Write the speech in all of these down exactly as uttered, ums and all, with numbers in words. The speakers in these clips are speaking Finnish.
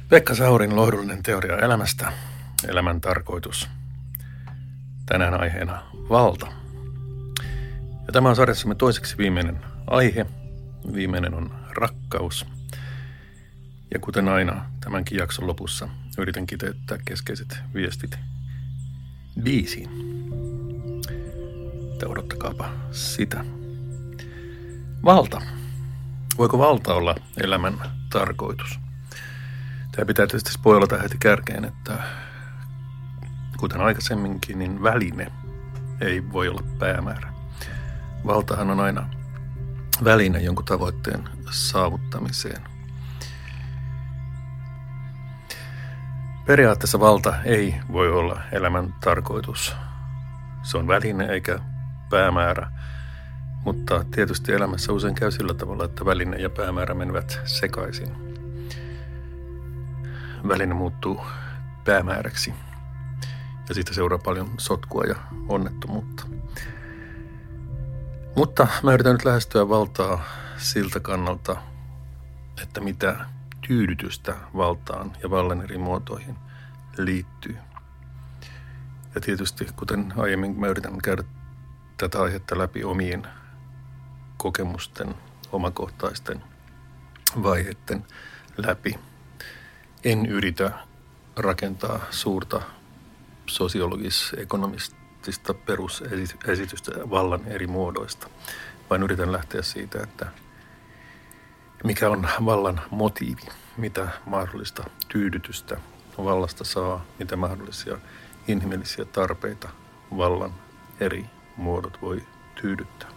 Pekka Saurin lohdullinen teoria elämästä, elämän tarkoitus. Tänään aiheena valta. Ja tämä on sarjassamme toiseksi viimeinen aihe. Viimeinen on rakkaus. Ja kuten aina tämänkin jakson lopussa yritän kiteyttää keskeiset viestit biisiin. Että odottakaapa sitä. Valta. Voiko valta olla elämän tarkoitus? Tämä pitää tietysti spoilata heti kärkeen, että kuten aikaisemminkin, niin väline ei voi olla päämäärä. Valtahan on aina väline jonkun tavoitteen saavuttamiseen. Periaatteessa valta ei voi olla elämän tarkoitus. Se on väline eikä päämäärä, mutta tietysti elämässä usein käy sillä tavalla, että väline ja päämäärä menevät sekaisin. Väline muuttuu päämääräksi ja siitä seuraa paljon sotkua ja onnettomuutta. Mutta mä yritän nyt lähestyä valtaa siltä kannalta, että mitä tyydytystä valtaan ja vallan eri muotoihin liittyy. Ja tietysti, kuten aiemmin, mä yritän käydä tätä aihetta läpi omien kokemusten, omakohtaisten vaiheiden läpi. En yritä rakentaa suurta sosiologis-ekonomistista perusesitystä vallan eri muodoista, vaan yritän lähteä siitä, että mikä on vallan motiivi, mitä mahdollista tyydytystä vallasta saa, mitä mahdollisia inhimillisiä tarpeita vallan eri muodot voi tyydyttää.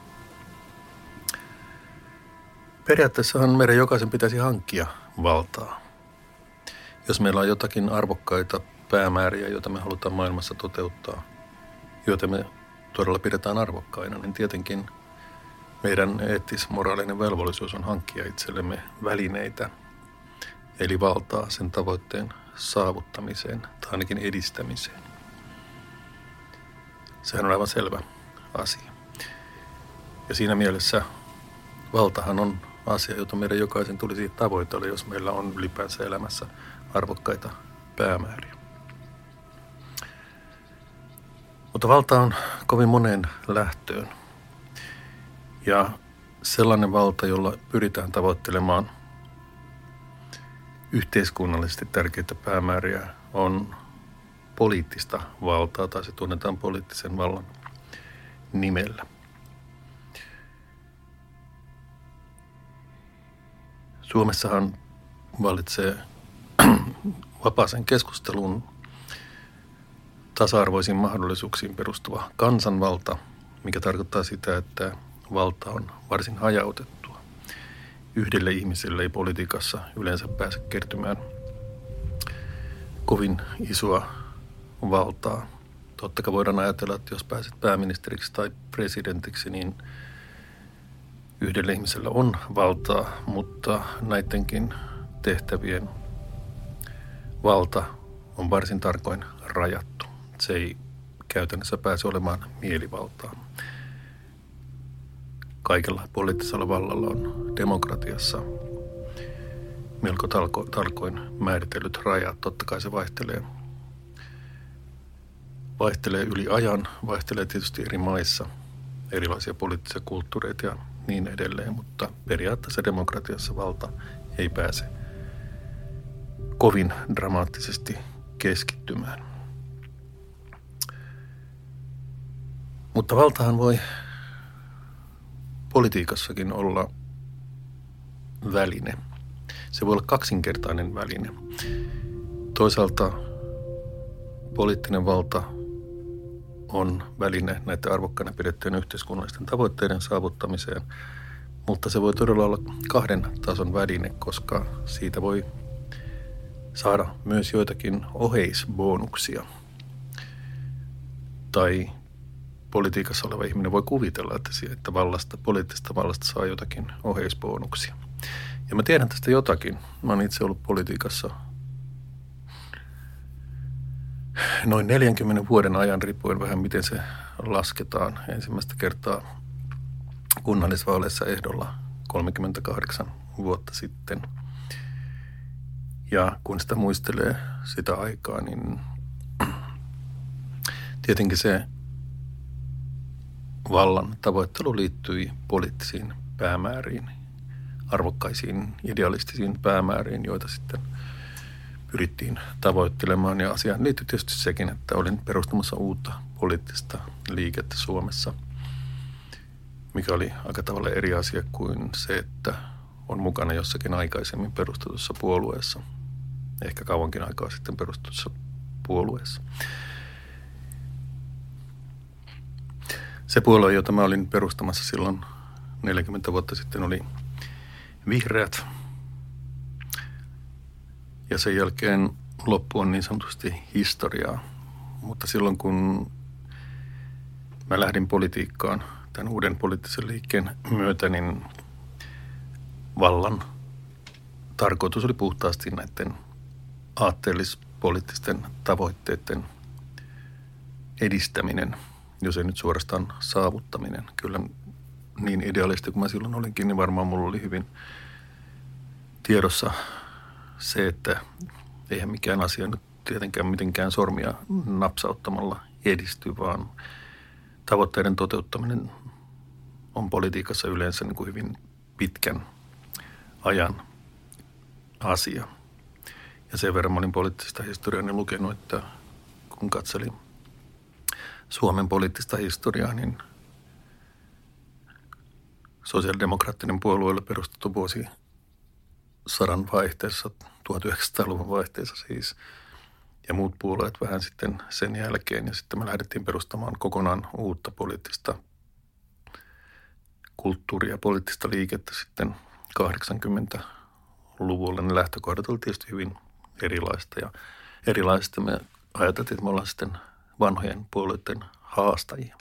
Periaatteessahan meidän jokaisen pitäisi hankkia valtaa. Jos meillä on jotakin arvokkaita päämääriä, joita me halutaan maailmassa toteuttaa, joita me todella pidetään arvokkaina, niin tietenkin meidän eettis-moraalinen velvollisuus on hankkia itsellemme välineitä, eli valtaa sen tavoitteen saavuttamiseen tai ainakin edistämiseen. Sehän on aivan selvä asia. Ja siinä mielessä valtahan on asia, jota meidän jokaisen tulisi tavoitella, jos meillä on ylipäänsä elämässä arvokkaita päämääriä. Mutta valta on kovin moneen lähtöön. Ja sellainen valta, jolla pyritään tavoittelemaan yhteiskunnallisesti tärkeitä päämääriä, on poliittista valtaa, tai se tunnetaan poliittisen vallan nimellä. Suomessahan vallitsee vapaaseen keskusteluun tasa-arvoisiin mahdollisuuksiin perustuva kansanvalta, mikä tarkoittaa sitä, että valta on varsin hajautettua. Yhdelle ihmiselle ei politiikassa yleensä pääse kertymään kovin isoa valtaa. Totta kai voidaan ajatella, että jos pääset pääministeriksi tai presidentiksi, niin yhdellä ihmisellä on valtaa, mutta näidenkin tehtävien valta on varsin tarkoin rajattu. Se ei käytännössä pääse olemaan mielivaltaa. Kaikella poliittisella vallalla on demokratiassa melko talko, tarkoin määritellyt rajat. Totta kai se vaihtelee, vaihtelee yli ajan, vaihtelee tietysti eri maissa, erilaisia poliittisia kulttuureita ja niin edelleen, mutta periaatteessa demokratiassa valta ei pääse kovin dramaattisesti keskittymään. Mutta valtahan voi politiikassakin olla väline. Se voi olla kaksinkertainen väline. Toisaalta poliittinen valta on väline näiden arvokkaina pidettyjen yhteiskunnallisten tavoitteiden saavuttamiseen, mutta se voi todella olla kahden tason väline, koska siitä voi saada myös joitakin oheisbonuksia. Tai politiikassa oleva ihminen voi kuvitella, että, että vallasta, poliittisesta vallasta saa jotakin oheisbonuksia. Ja mä tiedän tästä jotakin. Mä oon itse ollut politiikassa noin neljänkymmenen vuoden ajan, riippuen vähän miten se lasketaan. Ensimmäistä kertaa kunnallisvaaleissa ehdolla kolmekymmentäkahdeksan vuotta sitten. Ja kun sitä muistelee sitä aikaa, niin tietenkin se vallan tavoittelu liittyi poliittisiin päämääriin, arvokkaisiin idealistisiin päämääriin, joita sitten pyrittiin tavoittelemaan. Ja asiaan liittyi tietysti sekin, että olin perustamassa uutta poliittista liikettä Suomessa, mikä oli aika tavalla eri asia kuin se, että on mukana jossakin aikaisemmin perustetussa puolueessa, ehkä kauankin aikaa sitten perustetussa puolueessa. Se puolue, jota mä olin perustamassa silloin neljäkymmentä vuotta sitten, oli Vihreät. Ja sen jälkeen loppu on niin sanotusti historiaa. Mutta silloin kun mä lähdin politiikkaan tämän uuden poliittisen liikkeen myötä, niin vallan tarkoitus oli puhtaasti näiden aatteellispoliittisten tavoitteiden edistäminen, jos ei nyt suorastaan saavuttaminen. Kyllä niin idealisti kuin mä silloin olinkin, niin varmaan mulla oli hyvin tiedossa se, että eihän mikään asia nyt tietenkään mitenkään sormia napsauttamalla edisty, vaan tavoitteiden toteuttaminen on politiikassa yleensä niin kuin hyvin pitkän ajan asia. Ja sen verran mä olin poliittista historiaa lukenut, että kun katselin Suomen poliittista historiaa, niin sosiaalidemokraattinen puolueelle perustettu vuosi sadan vaihteessa, tuhatyhdeksänsataaluvun vaihteessa siis, ja muut puolueet vähän sitten sen jälkeen. Ja sitten me lähdettiin perustamaan kokonaan uutta poliittista kulttuuria, poliittista liikettä sitten kahdeksankymmentäluvulla. Ne lähtökohdat oli tietysti hyvin erilaista, ja erilaisesti me ajateltiin, että me ollaan sitten vanhojen puolueiden haastajia.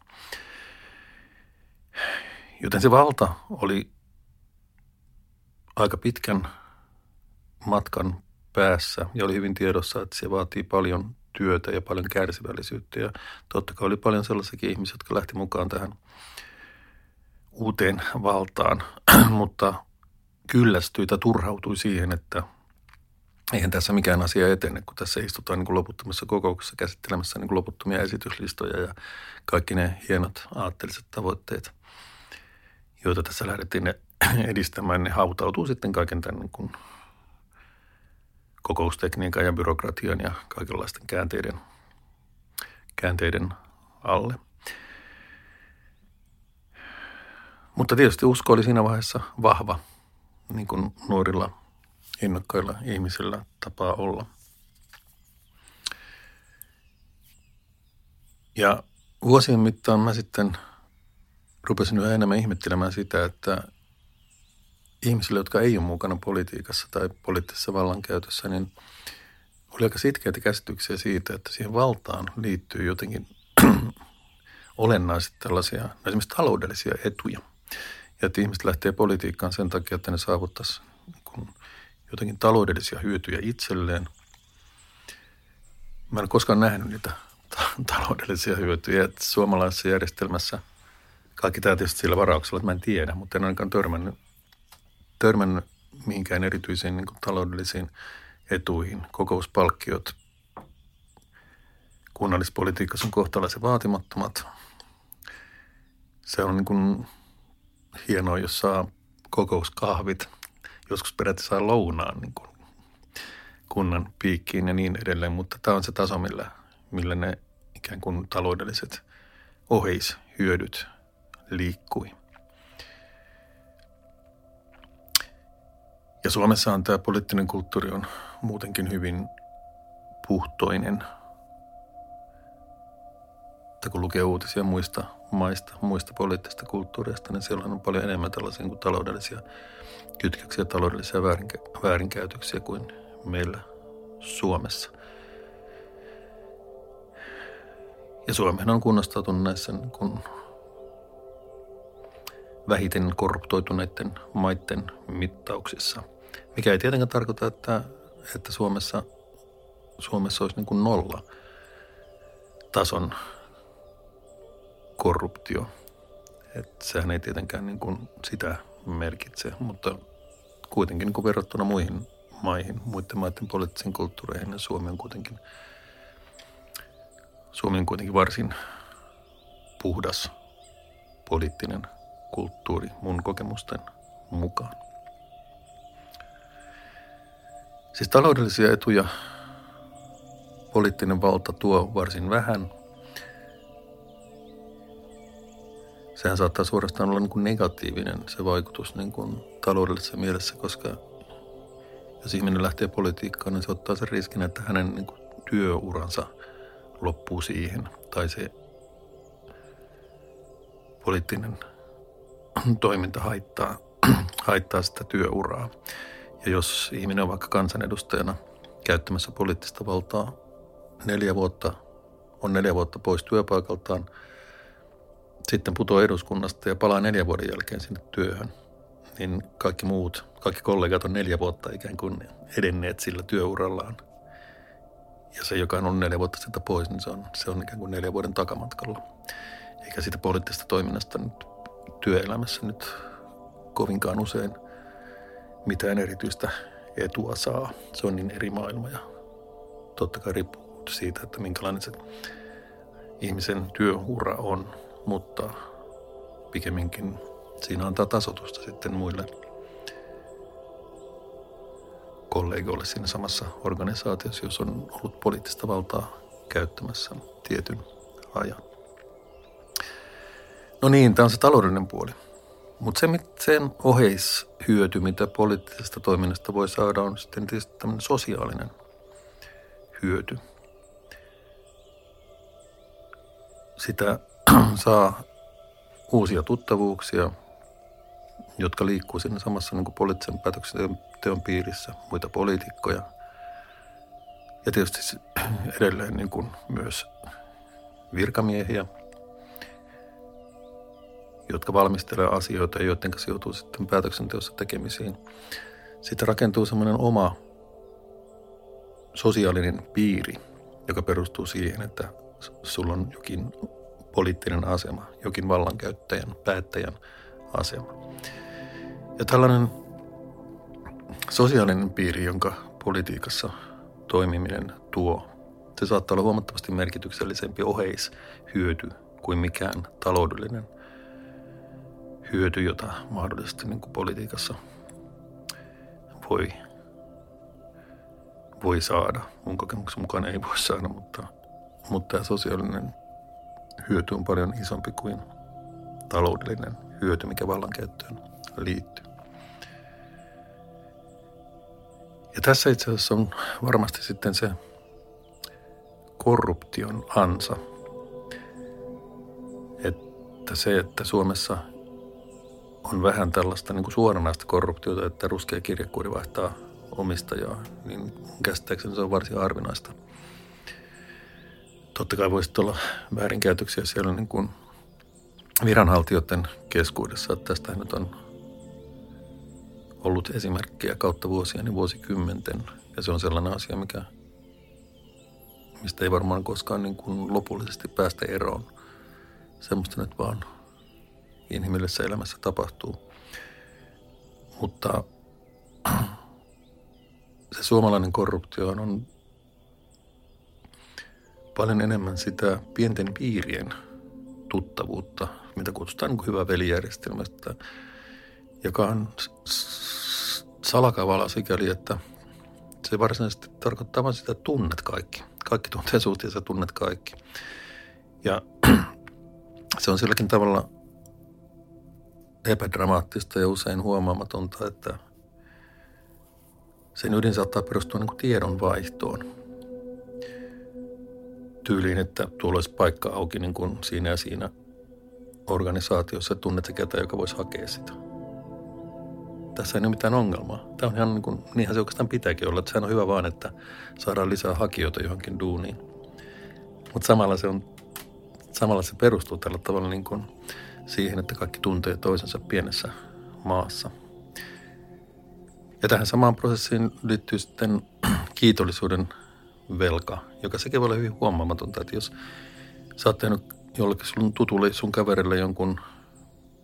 Joten se valta oli aika pitkän matkan päässä ja oli hyvin tiedossa, että se vaatii paljon työtä ja paljon kärsivällisyyttä. Ja totta kai oli paljon sellaisiakin ihmisiä, jotka lähti mukaan tähän uuteen valtaan, mutta kyllästyi tai turhautui siihen, että eihän tässä mikään asia etene, kun tässä istutaan niin kuin loputtomassa kokouksessa käsittelemässä niin kuin loputtomia esityslistoja ja kaikki ne hienot aatteelliset tavoitteet, joita tässä lähdettiin edistämään, ne hautautuu sitten kaiken tämän niin kuin kokoustekniikan ja byrokratian ja kaikenlaisten käänteiden, käänteiden alle. Mutta tietysti usko oli siinä vaiheessa vahva, niin kuin nuorilla innokkailla ihmisillä tapaa olla. Ja vuosien mittaan mä sitten rupesin yhä enemmän ihmettelemään sitä, että ihmisille, jotka ei ole mukana politiikassa tai poliittisessa vallankäytössä, niin oli aika sitkeitä käsityksiä siitä, että siihen valtaan liittyy jotenkin olennaisesti tällaisia esimerkiksi taloudellisia etuja. Ja että ihmiset lähtee politiikkaan sen takia, että ne saavuttaisi jotenkin taloudellisia hyötyjä itselleen. Mä en ole koskaan nähnyt niitä ta- taloudellisia hyötyjä. Että suomalaisessa järjestelmässä kaikki tämä tietysti sillä varauksella, että mä en tiedä, mutta en ainakaan törmännyt, törmännyt mihinkään erityisiin niin kuin taloudellisiin etuihin. Kokouspalkkiot kunnallispolitiikassa on kohtalaisen vaatimattomat. Se on niin kuin hienoa, jos saa kokouskahvit. Joskus peräti saa lounaan niin kuin kunnan piikkiin ja niin edelleen, mutta tämä on se taso, millä, millä ne ikään kuin taloudelliset oheishyödyt liikkui. Ja Suomessahan tämä poliittinen kulttuuri on muutenkin hyvin puhtoinen. Että kun lukee uutisia muista maista, muista poliittisista kulttuureista, niin siellä on paljon enemmän tällaisia kuin taloudellisia kytköksiä, taloudellisia väärinkä- väärinkäytöksiä kuin meillä Suomessa. Ja Suomihan on kunnostautunut näissä niin kuin vähiten korruptoituneiden maiden mittauksissa. Mikä ei tietenkään tarkoita, että, että Suomessa, Suomessa olisi niin kuin nolla tason korruptio. Että sehän ei tietenkään niin kuin sitä merkitse, mutta kuitenkin niin kuin verrattuna muihin maihin, muiden maiden poliittisiin kulttuureihin. Ja Suomi on kuitenkin, Suomi on kuitenkin varsin puhdas poliittinen kulttuuri mun kokemusten mukaan. Siis taloudellisia etuja poliittinen valta tuo varsin vähän. Sehän saattaa suorastaan olla niin kuin negatiivinen se vaikutus niin kuin taloudellisessa mielessä, koska jos ihminen lähtee politiikkaan, niin se ottaa sen riskin, että hänen niin kuin työuransa loppuu siihen. Tai se poliittinen toiminta haittaa, haittaa sitä työuraa. Ja jos ihminen on vaikka kansanedustajana käyttämässä poliittista valtaa neljä vuotta, on neljä vuotta pois työpaikaltaan, sitten putoaa eduskunnasta ja palaa neljän vuoden jälkeen sinne työhön, niin kaikki muut, kaikki kollegat on neljä vuotta ikään kuin edenneet sillä työurallaan. Ja se, joka on ollut neljä vuotta sieltä pois, niin se on, se on ikään kuin neljän vuoden takamatkalla. Eikä siitä poliittisesta toiminnasta nyt työelämässä nyt kovinkaan usein mitään erityistä etua saa. Se on niin eri maailma ja totta kai riippuu siitä, että minkälainen se ihmisen työura on, mutta pikemminkin siinä antaa tasoitusta sitten muille kollegoille siinä samassa organisaatiossa, jos on ollut poliittista valtaa käyttämässä tietyn ajan. No niin, tämä on se taloudellinen puoli. Mutta se, sen oheishyöty, mitä poliittisesta toiminnasta voi saada, on sitten tietysti tämmöinen sosiaalinen hyöty. Sitä saa uusia tuttavuuksia, jotka liikkuu siinä samassa niin kuin poliittisen päätöksenteon piirissä, muita poliitikkoja. Ja tietysti edelleen niin kuin myös virkamiehiä, jotka valmistelee asioita ja joiden kanssa joutuu sitten päätöksenteossa tekemisiin. Sitten rakentuu semmoinen oma sosiaalinen piiri, joka perustuu siihen, että sulla on jokin poliittinen asema, jokin vallankäyttäjän, päättäjän asema. Ja tällainen sosiaalinen piiri, jonka politiikassa toimiminen tuo, se saattaa olla huomattavasti merkityksellisempi oheishyöty kuin mikään taloudellinen hyöty, jota mahdollisesti niin kuin politiikassa voi, voi saada. Mun kokemuksen mukaan ei voi saada, mutta, mutta tämä sosiaalinen hyöty on paljon isompi kuin taloudellinen hyöty, mikä vallankäyttöön liittyy. Ja tässä itse asiassa on varmasti sitten se korruption ansa, että se, että Suomessa on vähän tällaista niin kuin suoranaista korruptiota, että ruskea kirjekuori vaihtaa omistajaa, niin käsittääkseni se on varsin harvinaista. Totta kai voisi olla väärinkäytöksiä siellä niin kuin viranhaltijoiden keskuudessa, että tästä nyt on ollut esimerkkejä kautta vuosien ja vuosikymmenten, ja se on sellainen asia, mikä, mistä ei varmaan koskaan niin kuin lopullisesti päästä eroon. Semmoista nyt vaan inhimillisessä elämässä tapahtuu. Mutta se suomalainen korruptio on paljon enemmän sitä pienten piirien tuttavuutta, mitä kutsutaan niin hyvä velijärjestelmästä, joka on salakavala sikäli, että se varsinaisesti tarkoittaa vain sitä, että tunnet kaikki. Kaikki tuntee suhteen ja sä tunnet kaikki. Ja se on silläkin tavalla epädramaattista ja usein huomaamatonta, että sen ydin saattaa perustua niin kuin tiedonvaihtoon. Tyyliin, että tuolla olisi paikka auki niin kuin siinä ja siinä organisaatiossa, että tunnet se ketä, joka voisi hakea sitä. Tässä ei ole mitään ongelmaa. Tämä on ihan niin kuin, niinhän se oikeastaan pitääkin olla, että sehän on hyvä vaan, että saadaan lisää hakijoita johonkin duuniin. Mutta samalla se on, samalla se perustuu tällä tavalla niin kuin siihen, että kaikki tuntee toisensa pienessä maassa. Ja tähän samaan prosessiin liittyy sitten kiitollisuuden velka, joka sekin voi olla hyvin huomaamatonta, että jos sä oot tehnyt jollekin sun tutulle, sun kaverille jonkun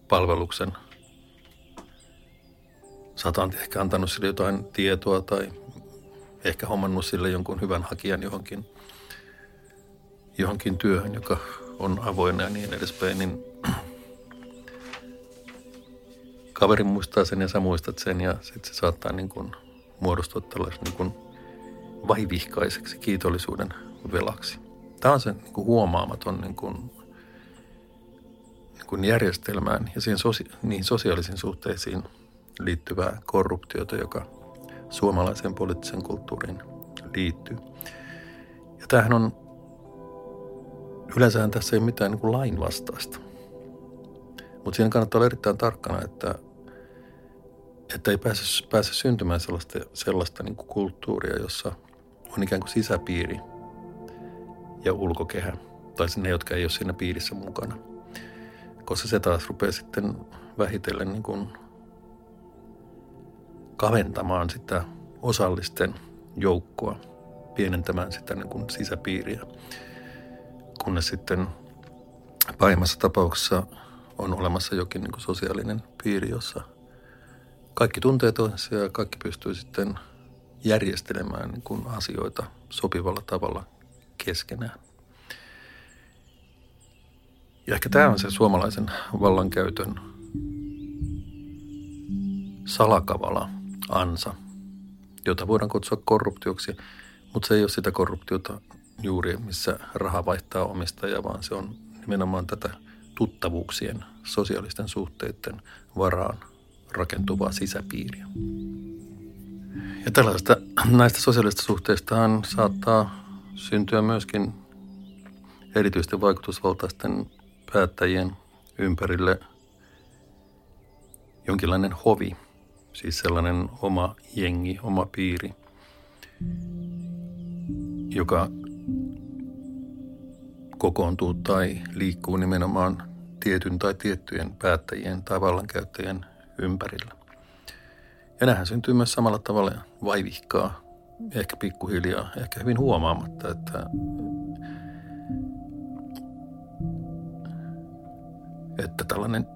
palveluksen, sä oot ehkä antanut sille jotain tietoa tai ehkä hommannut sille jonkun hyvän hakijan johonkin, johonkin työhön, joka on avoinna ja niin edespäin, niin kaveri muistaa sen ja sä muistat sen ja sitten se saattaa niin kuin muodostua tällaisen niin kuin vaivihkaiseksi kiitollisuuden velaksi. Tämä on se niin kuin huomaamaton niin kuin, niin kuin järjestelmään ja siihen sosia- niihin sosiaalisiin suhteisiin liittyvää korruptiota, joka suomalaiseen poliittiseen kulttuuriin liittyy. Ja tämähän on, yleensähän tässä ei ole mitään niin kuin lainvastaista. Mutta siinä kannattaa olla erittäin tarkkana, että, että ei pääse, pääse syntymään sellaista, sellaista niin kuin kulttuuria, jossa on ikään kuin sisäpiiri ja ulkokehä, tai ne, jotka ei ole siinä piirissä mukana. Koska se taas rupeaa sitten vähitellen niin kuin kaventamaan sitä osallisten joukkoa, pienentämään sitä niin kuin sisäpiiriä, kunnes sitten pahimmassa tapauksessa on olemassa jokin niin kuin sosiaalinen piiri, jossa kaikki tuntee toisensa ja kaikki pystyy sitten järjestelemään niin kuin asioita sopivalla tavalla keskenään. Ja ehkä tämä on se suomalaisen vallankäytön salakavala ansa, jota voidaan kutsua korruptioksi, mutta se ei ole sitä korruptiota juuri, missä raha vaihtaa omistajaa, vaan se on nimenomaan tätä tuttavuuksien, sosiaalisten suhteiden varaan rakentuvaa sisäpiiriä. Ja tällaista näistä sosiaalisista suhteistahan saattaa syntyä myöskin erityisesti vaikutusvaltaisten päättäjien ympärille jonkinlainen hovi, siis sellainen oma jengi, oma piiri, joka kokoontuu tai liikkuu nimenomaan tietyn tai tiettyjen päättäjien tai vallankäyttäjien ympärillä. Ja nämähän syntyy myös samalla tavalla vaivihkaa, ehkä pikkuhiljaa, ehkä hyvin huomaamatta, että, että tällainen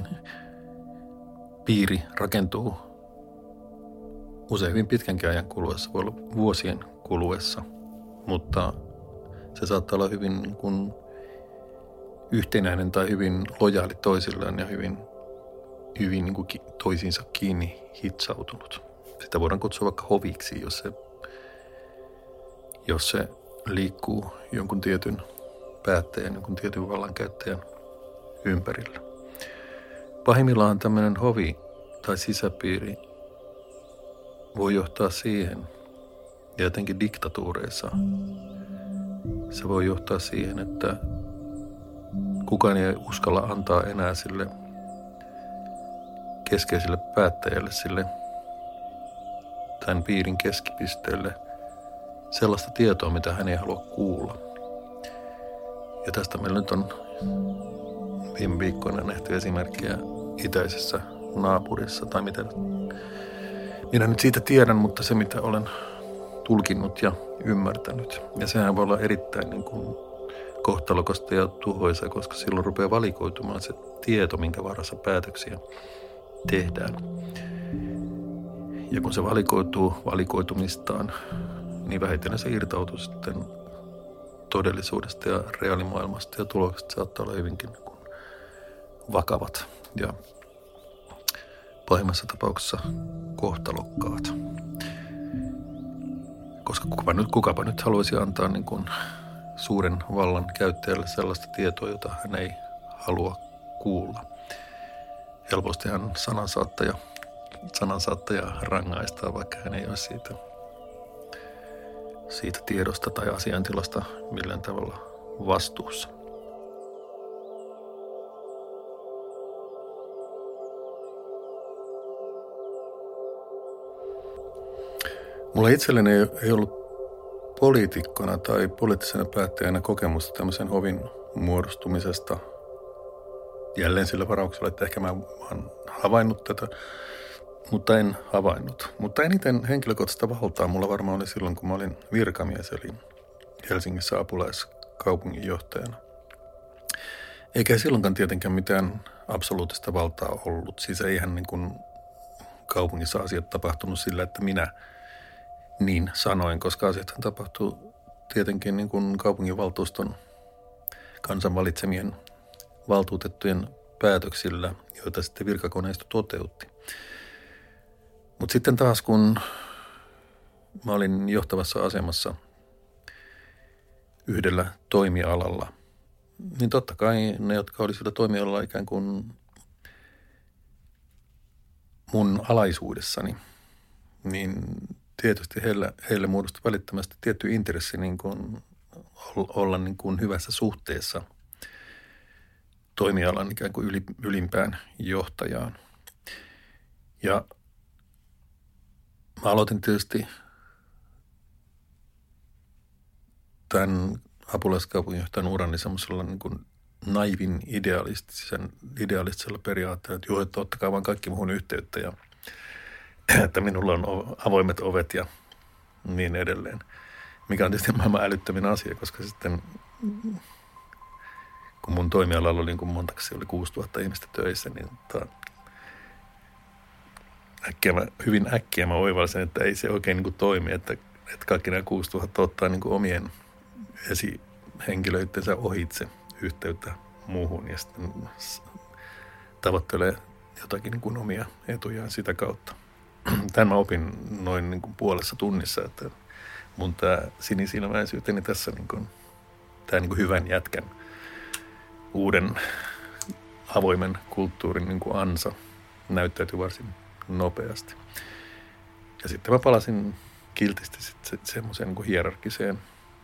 piiri rakentuu usein hyvin pitkänkin ajan kuluessa, voi olla vuosien kuluessa, mutta se saattaa olla hyvin niin kuin yhtenäinen tai hyvin lojaali toisilleen ja hyvin, hyvin niin kuin toisiinsa kiinni hitsautunut. Sitä voidaan kutsua vaikka hoviksi, jos se, jos se liikkuu jonkun tietyn päättäjän, jonkun tietyn vallankäyttäjän ympärillä. Pahimmillaan tämmöinen hovi tai sisäpiiri voi johtaa siihen, ja jotenkin diktatuureissa se voi johtaa siihen, että kukaan ei uskalla antaa enää sille keskeiselle päättäjälle, sille tämän piirin keskipisteelle sellaista tietoa, mitä hän ei halua kuulla. Ja tästä meillä nyt on viime viikkoina nähty esimerkkejä itäisessä naapurissa, tai mitä minä nyt siitä tiedän, mutta se mitä olen tulkinnut ja ymmärtänyt. Ja sehän voi olla erittäin niin kuin kohtalokasta ja tuhoisa, koska silloin rupeaa valikoitumaan se tieto, minkä varassa päätöksiä tehdään. Ja kun se valikoituu valikoitumistaan, niin vähitellen se irtautuu sitten todellisuudesta ja reaalimaailmasta, ja tulokset saattaa olla hyvinkin niin kuin vakavat ja pahimmassa tapauksessa kohtalokkaat. Koska kukapa nyt, kukapa nyt haluaisi antaa niin kuin suuren vallan käyttäjälle sellaista tietoa, jota hän ei halua kuulla. Helpostihan sanansaattaja, sanansaattaja rangaistaa, vaikka hän ei ole siitä, siitä tiedosta tai asiantilasta millään tavalla vastuussa. Mulla itselleni ei ollut poliitikkona tai poliittisena päättäjänä kokemusta tämmöisen hovin muodostumisesta. Jälleen sillä varauksella, että ehkä mä oon havainnut tätä, mutta en havainnut. Mutta eniten henkilökohtaista valtaa mulla varmaan oli silloin, kun mä olin virkamies, eli Helsingissä apulaiskaupunginjohtajana. Eikä silloinkaan tietenkään mitään absoluuttista valtaa ollut. Siis eihän niin kuin kaupungissa asiat tapahtunut sillä, että minä niin sanoin, koska asiathan tapahtuu tietenkin niin kuin kaupunginvaltuuston kansan valitsemien valtuutettujen päätöksillä, joita sitten virkakoneisto toteutti. Mutta sitten taas, kun mä olin johtavassa asemassa yhdellä toimialalla, niin totta kai ne, jotka oli sillä toimialalla ikään kuin mun alaisuudessani, niin tietysti heille, heille muodostui välittömästi tietty intressi niin kuin olla niin kuin hyvässä suhteessa toimialan ikään kuin yli, ylimpään johtajaan. Ja mä aloitin tietysti tämän apulaiskaupunginjohtajan urani semmoisella niin kuin naivin idealistisen, idealistisella periaatteella, että joo, että ottakaa vaan kaikki muhun yhteyttä ja että minulla on avoimet ovet ja niin edelleen. Mikä on tietysti maailman älyttömin asia, koska sitten kun mun toimialalla oli niin kuin montaksi oli kuusituhatta ihmistä töissä, niin ta, äkkiä mä, hyvin äkkiä mä oivalsin, että ei se oikein niin kuin toimi, että, että kaikki nämä kuusituhatta ottaa niin kuin omien esihenkilöitensä ohitse yhteyttä muuhun ja sitten tavoittelee jotakin niin kuin omia etujaan sitä kautta. Tämän mä opin noin niin kuin puolessa tunnissa, että mun tämä sinisilmäisyyteni tässä, niin kuin, tämä niin kuin hyvän jätkän uuden avoimen kulttuurin niin kuin ansa näyttäytyi varsin nopeasti. Ja sitten mä palasin kiltisti sitten semmoiseen niin kuin hierarkiseen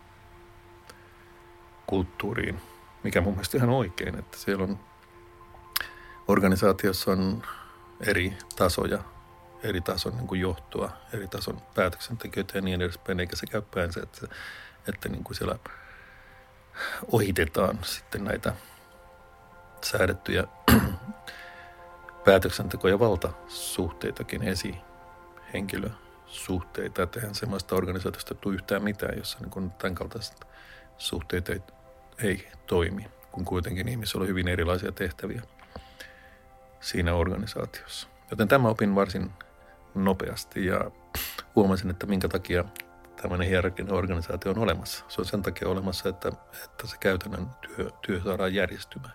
kulttuuriin, mikä mun mielestä ihan oikein, että siellä on organisaatiossa on eri tasoja, eri tason niin kuin johtoa, eri tason päätöksentekijöitä ja niin edespäin, eikä se käy päänsä, että, että niin kuin siellä ohitetaan sitten näitä säädettyjä päätöksenteko- ja valtasuhteitakin, esihenkilösuhteita, että eihän semmoista organisaatiosta tule yhtään mitään, jossa niin kuin tämän kaltaiset suhteet ei, ei toimi, kun kuitenkin ihmisillä on hyvin erilaisia tehtäviä siinä organisaatiossa. Joten tämä opin varsin nopeasti ja huomasin, että minkä takia tämmöinen hierarkinen organisaatio on olemassa. Se on sen takia olemassa, että, että se käytännön työ, työ saadaan järjestymään.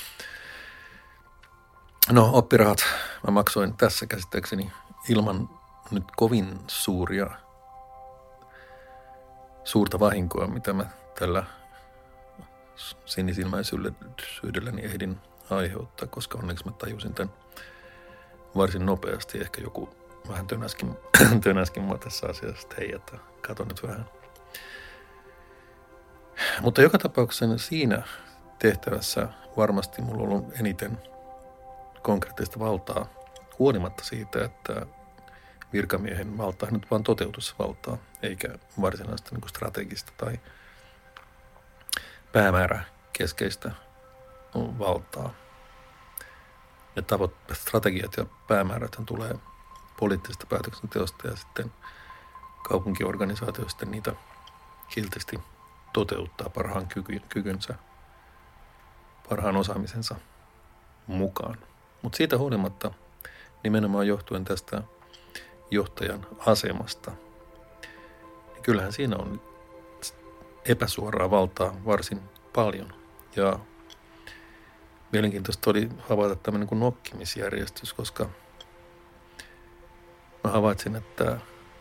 No, oppirahat mä maksoin tässä käsittääkseni ilman nyt kovin suuria, suurta vahinkoa, mitä mä tällä sinisilmäisyydelläni ehdin aiheuttaa, koska onneksi mä tajusin tämän varsin nopeasti. Ehkä joku vähän tönäskin, tönäskin mua tässä asiassa, että hei, että kato nyt vähän. Mutta joka tapauksessa siinä tehtävässä varmasti mulla on ollut eniten konkreettista valtaa, huolimatta siitä, että virkamiehen valta on nyt vaan toteutusvaltaa, eikä varsinaista niin kuin strategista tai päämääräkeskeistä valtaa. Ne tavoitteet, strategiat ja päämäärät tulee poliittisesta päätöksenteosta ja sitten kaupunkiorganisaatioista niitä kiltisti toteuttaa parhaan kyky, kykynsä, parhaan osaamisensa mukaan. Mutta siitä huolimatta nimenomaan johtuen tästä johtajan asemasta, niin kyllähän siinä on epäsuoraa valtaa varsin paljon. Ja mielenkiintoista oli havaita tämmöinen kuin nokkimisjärjestys, koska mä havaitsin, että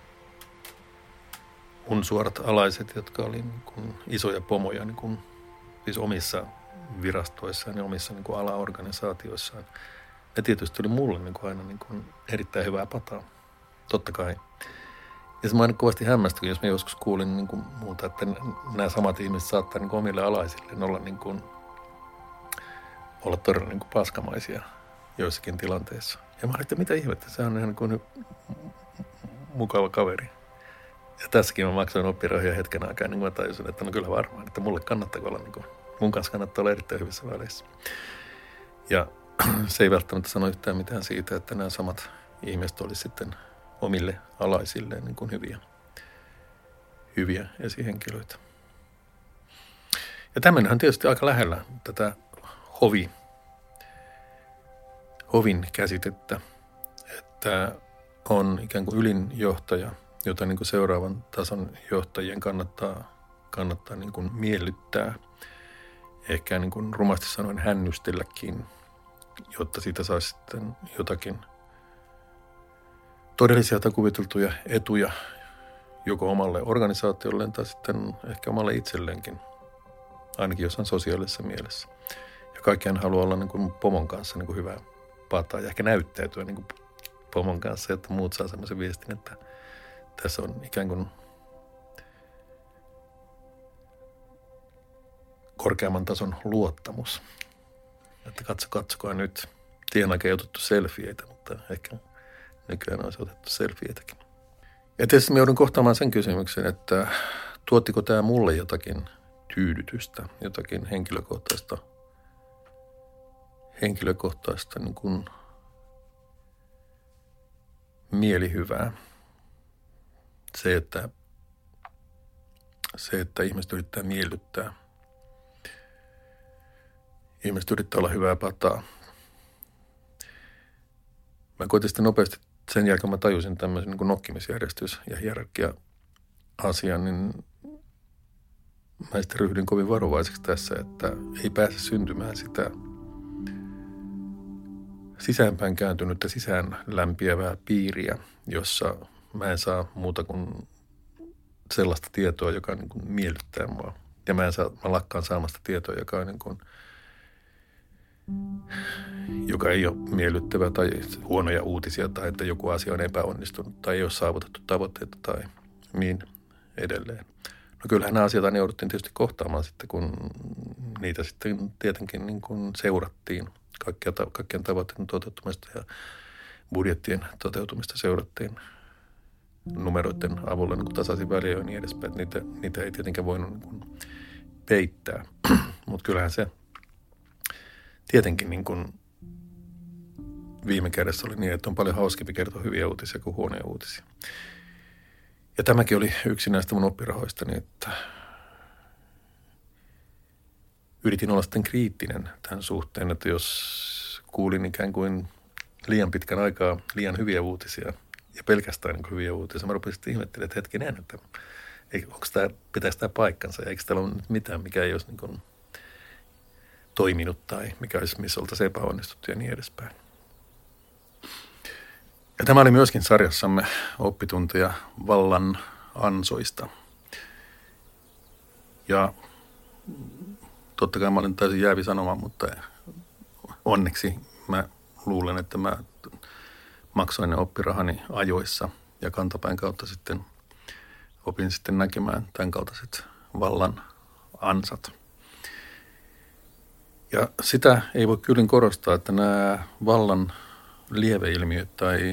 mun suorat alaiset, jotka oli niin kuin isoja pomoja niin kuin, siis omissa virastoissaan ja omissa niin kuin alaorganisaatioissaan, ne tietysti oli mulle niin kuin aina niin kuin erittäin hyvää pataa, totta kai. Ja se mä aina kovasti hämmästyin, jos mä joskus kuulin niin kuin muuta, että nämä samat ihmiset saattaa niin kuin omille alaisilleen olla, niin kuin, olla todella niin kuin paskamaisia joissakin tilanteissa. Ja mä olin, että mitä ihmettä, se on ihan niin kuin mukava kaveri. Ja tässäkin mä maksoin oppirahoja hetken aikaa, niin mä tajusin, että no kyllä varmaan, että mulle kannattaa olla, niin kuin, mun kanssa kannattaa olla erittäin hyvissä väleissä. Ja se ei välttämättä sano yhtään mitään siitä, että nämä samat ihmiset olisi sitten omille alaisilleen niin kuin hyviä, hyviä esihenkilöitä. Ja tämmöinen on tietysti aika lähellä tätä hovi, hovin käsitettä, että on ikään kuin ylinjohtaja jota niin kuin seuraavan tason johtajien kannattaa, kannattaa niin kuin miellyttää. Ehkä niin kuin rumasti sanoen hännystelläkin, jotta siitä saisi sitten jotakin todellisia tai kuviteltuja etuja joko omalle organisaatiolleen tai sitten ehkä omalle itselleenkin, ainakin jossain sosiaalisessa mielessä. Ja kaikkihan haluaa olla niin kuin pomon kanssa niin kuin hyvää pataa ja ehkä näyttäytyä niin kuin pomon kanssa, että muut saa semmoisen viestin, että tässä on ikään kuin korkeamman tason luottamus. Että katso, katsokaa nyt. Tien aikaan ei otettu selfieitä, mutta ehkä nykyään olisi otettu selfietäkin. Ja tietysti me joudun kohtaamaan sen kysymyksen, että tuottiko tämä mulle jotakin tyydytystä, jotakin henkilökohtaista, henkilökohtaista niin kuin mielihyvää. Se, että, se, että ihmiset yrittää miellyttää. Ihmiset yrittää olla hyvää pataa. Mä koitin sitten nopeasti, sen jälkeen mä tajusin tämmöisen niin kuin nokkimisjärjestys- ja hierarkia-asian, niin mä sitten ryhdyin kovin varovaiseksi tässä, että ei pääse syntymään sitä sisäänpäin kääntynyttä, sisään lämpiävää piiriä, jossa mä en saa muuta kuin sellaista tietoa, joka niin kuin miellyttää mua. Ja mä, en saa, mä lakkaan saamasta tietoa, joka on niin kuin joka ei ole miellyttävä tai huonoja uutisia tai että joku asia on epäonnistunut tai ei ole saavutettu tavoitteita tai niin edelleen. No kyllähän nämä asiat ne jouduttiin tietysti kohtaamaan sitten, kun niitä sitten tietenkin niin kuin seurattiin. Kaikkia, kaikkien tavoitteiden toteutumista ja budjettien toteutumista seurattiin numeroiden avulla niin kuin tasaisin väliin ja niin edespäin. Niitä, niitä ei tietenkään voinut niin kuin peittää, mutta kyllähän se tietenkin niin kuin viime kädessä oli niin, että on paljon hauskempi kertoa hyviä uutisia kuin huonoja uutisia. Ja tämäkin oli yksi näistä mun oppirahoistani, että yritin olla sitten kriittinen tämän suhteen, että jos kuulin ikään kuin liian pitkän aikaa liian hyviä uutisia ja pelkästään niin hyviä uutisia, mä rupesin ihmettelemään, että hetkinen, että onko tämä, pitäisi tämä paikkansa ja eikö täällä ole nyt mitään, mikä ei olisi niin kuin toiminut tai mikä olisi, missä oltaisiin epäonnistuttu ja niin edespäin. Ja tämä oli myöskin sarjassamme oppitunteja vallan ansoista. Ja totta kai mä olin täysin jäävi sanomaan, mutta onneksi mä luulen, että mä maksoin ne oppirahani ajoissa ja kantapään kautta sitten opin sitten näkemään tämän kaltaiset vallan ansat. Ja sitä ei voi kyllin korostaa, että nämä vallan lieveilmiöt tai,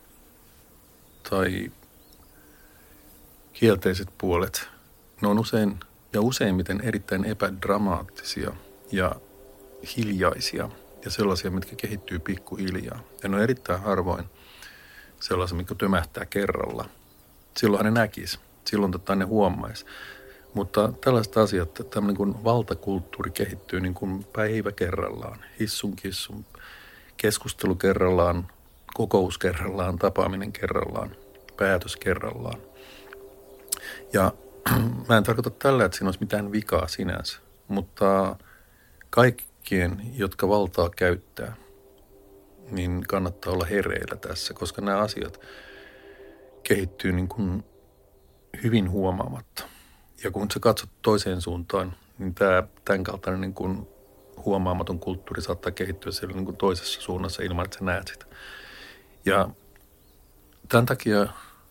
tai kielteiset puolet, ne on usein ja useimmiten erittäin epädramaattisia ja hiljaisia ja sellaisia, mitkä kehittyy pikkuhiljaa. Ja ne on erittäin harvoin sellaisia, mitkä tömähtää kerralla. Silloinhan ne näkisi, silloin tota ne huomaisi. Mutta tällaiset asiat, että tämmöinen kuin valtakulttuuri kehittyy niin kuin päivä kerrallaan, hissun kissun, keskustelu kerrallaan, kokous kerrallaan, tapaaminen kerrallaan, päätös kerrallaan. Ja mä en tarkoita tällä, että siinä olisi mitään vikaa sinänsä, mutta kaikkien, jotka valtaa käyttää, niin kannattaa olla hereillä tässä, koska nämä asiat kehittyy niin kuin hyvin huomaamatta. Ja kun sä katsot toiseen suuntaan, niin tämä tämän kaltainen niin kuin huomaamaton kulttuuri saattaa kehittyä siellä niin kuin toisessa suunnassa ilman, että sä näet sitä. Ja tämän takia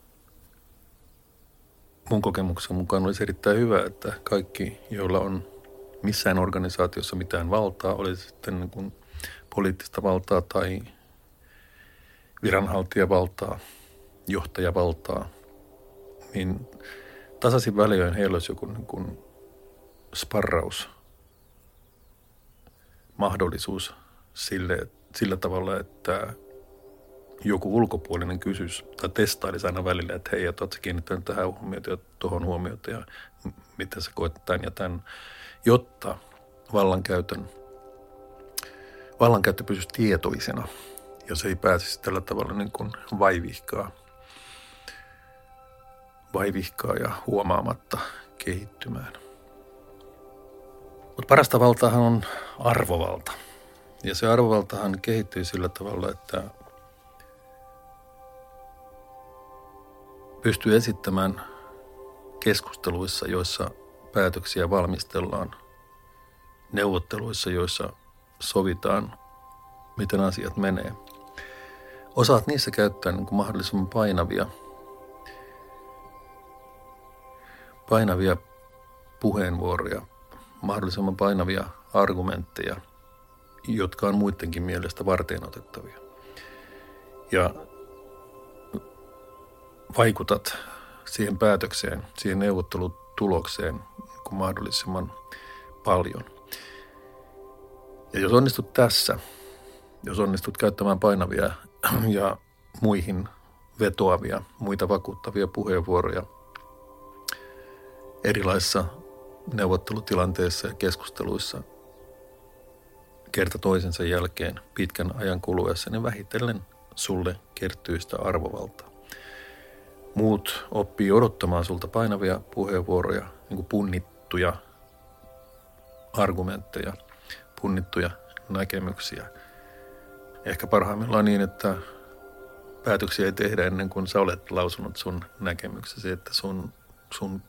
mun kokemuksen mukaan olisi erittäin hyvä, että kaikki, joilla on missään organisaatiossa mitään valtaa, oli sitten niin kuin poliittista valtaa tai viranhaltijavaltaa, johtajavaltaa, niin tasaisin väliin heillä olisi joku niin kuin sparraus, mahdollisuus sille, sillä tavalla, että joku ulkopuolinen kysyisi tai testailisi aina välillä, että hei, että oletko kiinnittänyt tähän huomiota ja tuohon huomiota ja miten sä koet tämän ja tämän, jotta vallankäytön, vallankäyttö pysyisi tietoisena ja se ei pääsisi tällä tavalla niin kuin vaivihkaa. vaivihkaa ja huomaamatta kehittymään. Mutta parasta valtaahan on arvovalta. Ja se arvovaltahan kehittyy sillä tavalla, että pystyy esittämään keskusteluissa, joissa päätöksiä valmistellaan, neuvotteluissa, joissa sovitaan, miten asiat menee. Osaat niissä käyttää niin kuin mahdollisimman painavia, painavia puheenvuoroja, mahdollisimman painavia argumentteja, jotka on muidenkin mielestä varteenotettavia. Ja vaikutat siihen päätökseen, siihen neuvottelutulokseen niin kuin mahdollisimman paljon. Ja jos onnistut tässä, jos onnistut käyttämään painavia ja muihin vetoavia, muita vakuuttavia puheenvuoroja erilaisissa neuvottelutilanteissa ja keskusteluissa kerta toisensa jälkeen pitkän ajan kuluessa, niin vähitellen sulle kertyy sitä arvovaltaa. Muut oppii odottamaan sulta painavia puheenvuoroja, niin kuin punnittuja argumentteja, punnittuja näkemyksiä. Ehkä parhaimmillaan niin, että päätöksiä ei tehdä ennen kuin sä olet lausunut sun näkemyksesi, että sun, sun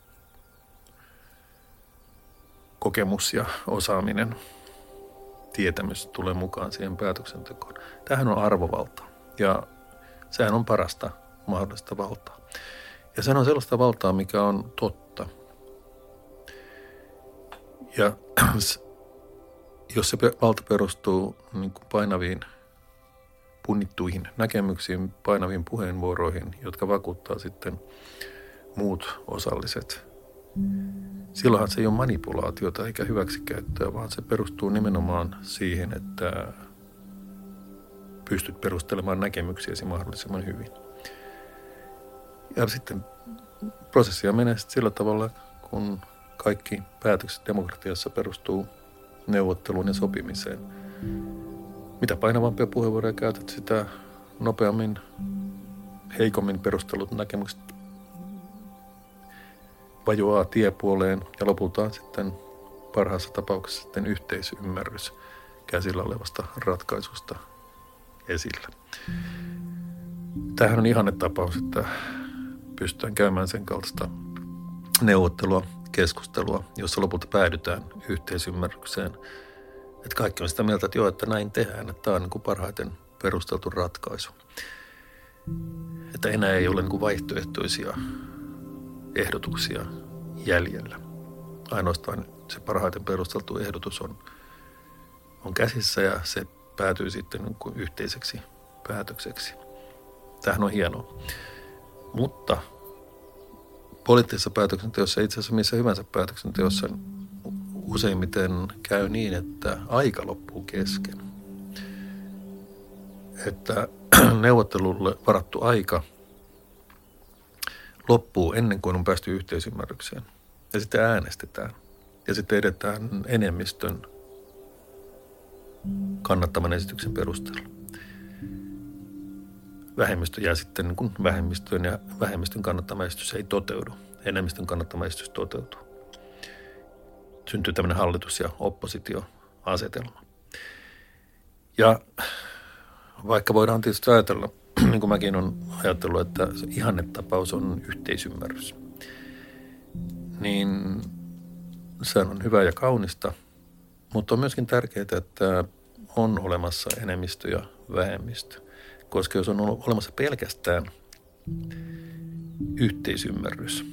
kokemus ja osaaminen, tietämys tulee mukaan siihen päätöksentekoon. Tämähän on arvovalta ja sehän on parasta mahdollista valtaa. Ja sehän on sellaista valtaa, mikä on totta. Ja jos se valta perustuu niin kuin painaviin, punnittuihin näkemyksiin, painaviin puheenvuoroihin, jotka vakuuttaa sitten muut osalliset, silloinhan se ei ole manipulaatiota eikä hyväksikäyttöä, vaan se perustuu nimenomaan siihen, että pystyt perustelemaan näkemyksiäsi mahdollisimman hyvin. Ja sitten prosessia menee sitten sillä tavalla, kun kaikki päätökset demokratiassa perustuu neuvotteluun ja sopimiseen. Mitä painavampia puheenvuoroja käytät, sitä nopeammin, heikommin perustelut näkemykset vajoaa tiepuoleen ja lopulta sitten parhaassa tapauksessa sitten yhteisymmärrys käsillä olevasta ratkaisusta esillä. Tämähän on ihannetapaus, että pystytään käymään sen kaltaista neuvottelua, keskustelua, jossa lopulta päädytään yhteisymmärrykseen. Että kaikki on sitä mieltä, että joo, että näin tehdään, että tämä on niin kuin parhaiten perusteltu ratkaisu. Että enää ei ole niin kuin vaihtoehtoisia ehdotuksia jäljellä. Ainoastaan se parhaiten perusteltu ehdotus on, on käsissä ja se päätyy sitten niin kuin yhteiseksi päätökseksi. Tämähän on hienoa. Mutta poliittisessa päätöksenteossa, itse asiassa missä hyvänsä päätöksenteossa, useimmiten käy niin, että aika loppuu kesken. Että neuvottelulle varattu aika loppuu ennen kuin on päästy yhteisymmärrykseen. Ja sitten äänestetään. Ja sitten edetään enemmistön kannattaman esityksen perusteella. Vähemmistö jää sitten niin kuin vähemmistöön ja vähemmistön kannattama esitys ei toteudu. Enemmistön kannattama esitys toteutuu. Syntyy tämmöinen hallitus- ja oppositioasetelma. Ja vaikka voidaan tietysti ajatella, niin kuin mäkin olen ajatellut, että se ihannetapaus on yhteisymmärrys, niin se on hyvä ja kaunista, mutta on myöskin tärkeää, että on olemassa enemmistö ja vähemmistö. Koska jos on olemassa pelkästään yhteisymmärrys,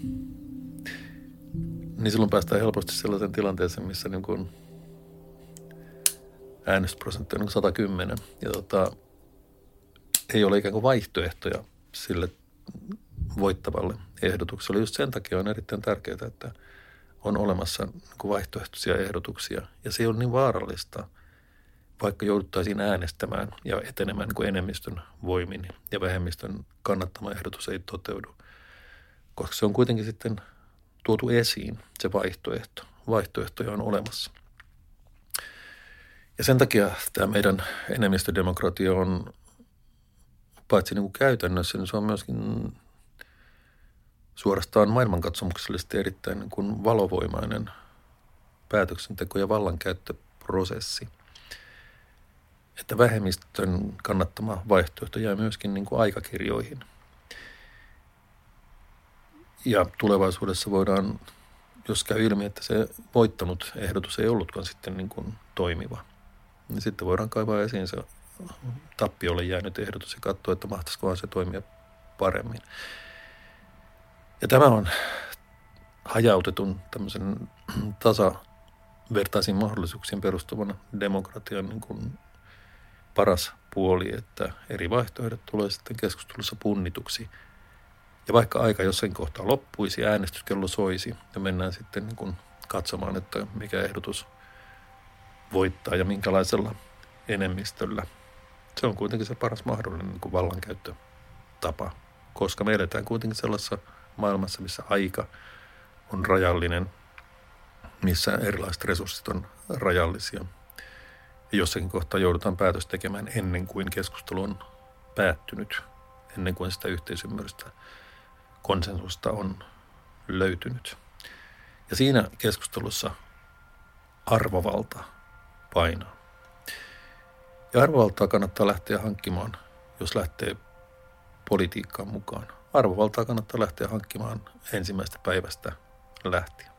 niin silloin päästään helposti sellaisen tilanteeseen, missä niin kuin äänestysprosentti on niin kuin sata kymmenen ja tota, ei ole ikään kuin vaihtoehtoja sille voittavalle ehdotukselle. Just sen takia on erittäin tärkeää, että on olemassa niin kuin vaihtoehtoisia ehdotuksia ja se ei ole niin vaarallista, vaikka jouduttaisiin äänestämään ja etenemään niin kuin enemmistön voimin ja vähemmistön kannattama ehdotus ei toteudu, koska se on kuitenkin sitten tuotu esiin se vaihtoehto. Vaihtoehtoja on olemassa. Ja sen takia tämä meidän enemmistödemokratia on paitsi niin kuin käytännössä, niin se on myöskin suorastaan maailmankatsomuksellisesti erittäin niin kuin valovoimainen päätöksenteko- ja vallankäyttöprosessi. Että vähemmistön kannattama vaihtoehto jää myöskin niin kuin aikakirjoihin. Ja tulevaisuudessa voidaan, jos käy ilmi, että se voittanut ehdotus ei ollutkaan sitten niin kuin toimiva, niin sitten voidaan kaivaa esiin se tappiolle jäänyt ehdotus ja katsoa, että mahtaisikohan se toimia paremmin. Ja tämä on hajautetun tämmöisen tasavertaisiin mahdollisuuksiin perustuvan demokratian niin kuin paras puoli, että eri vaihtoehdot tulee sitten keskustelussa punnituksi. Ja vaikka aika jossain kohtaa loppuisi, äänestyskello soisi ja mennään sitten niin kuin katsomaan, että mikä ehdotus voittaa ja minkälaisella enemmistöllä. Se on kuitenkin se paras mahdollinen niin kuin vallankäyttötapa, koska me eletään kuitenkin sellaisessa maailmassa, missä aika on rajallinen, missä erilaiset resurssit on rajallisia. Ja jossakin kohtaa joudutaan päätös tekemään ennen kuin keskustelu on päättynyt, ennen kuin sitä yhteisymmärrystä, konsensusta on löytynyt. Ja siinä keskustelussa arvovalta painaa. Ja arvovaltaa kannattaa lähteä hankkimaan, jos lähtee politiikkaan mukaan. Arvovaltaa kannattaa lähteä hankkimaan ensimmäisestä päivästä lähtien.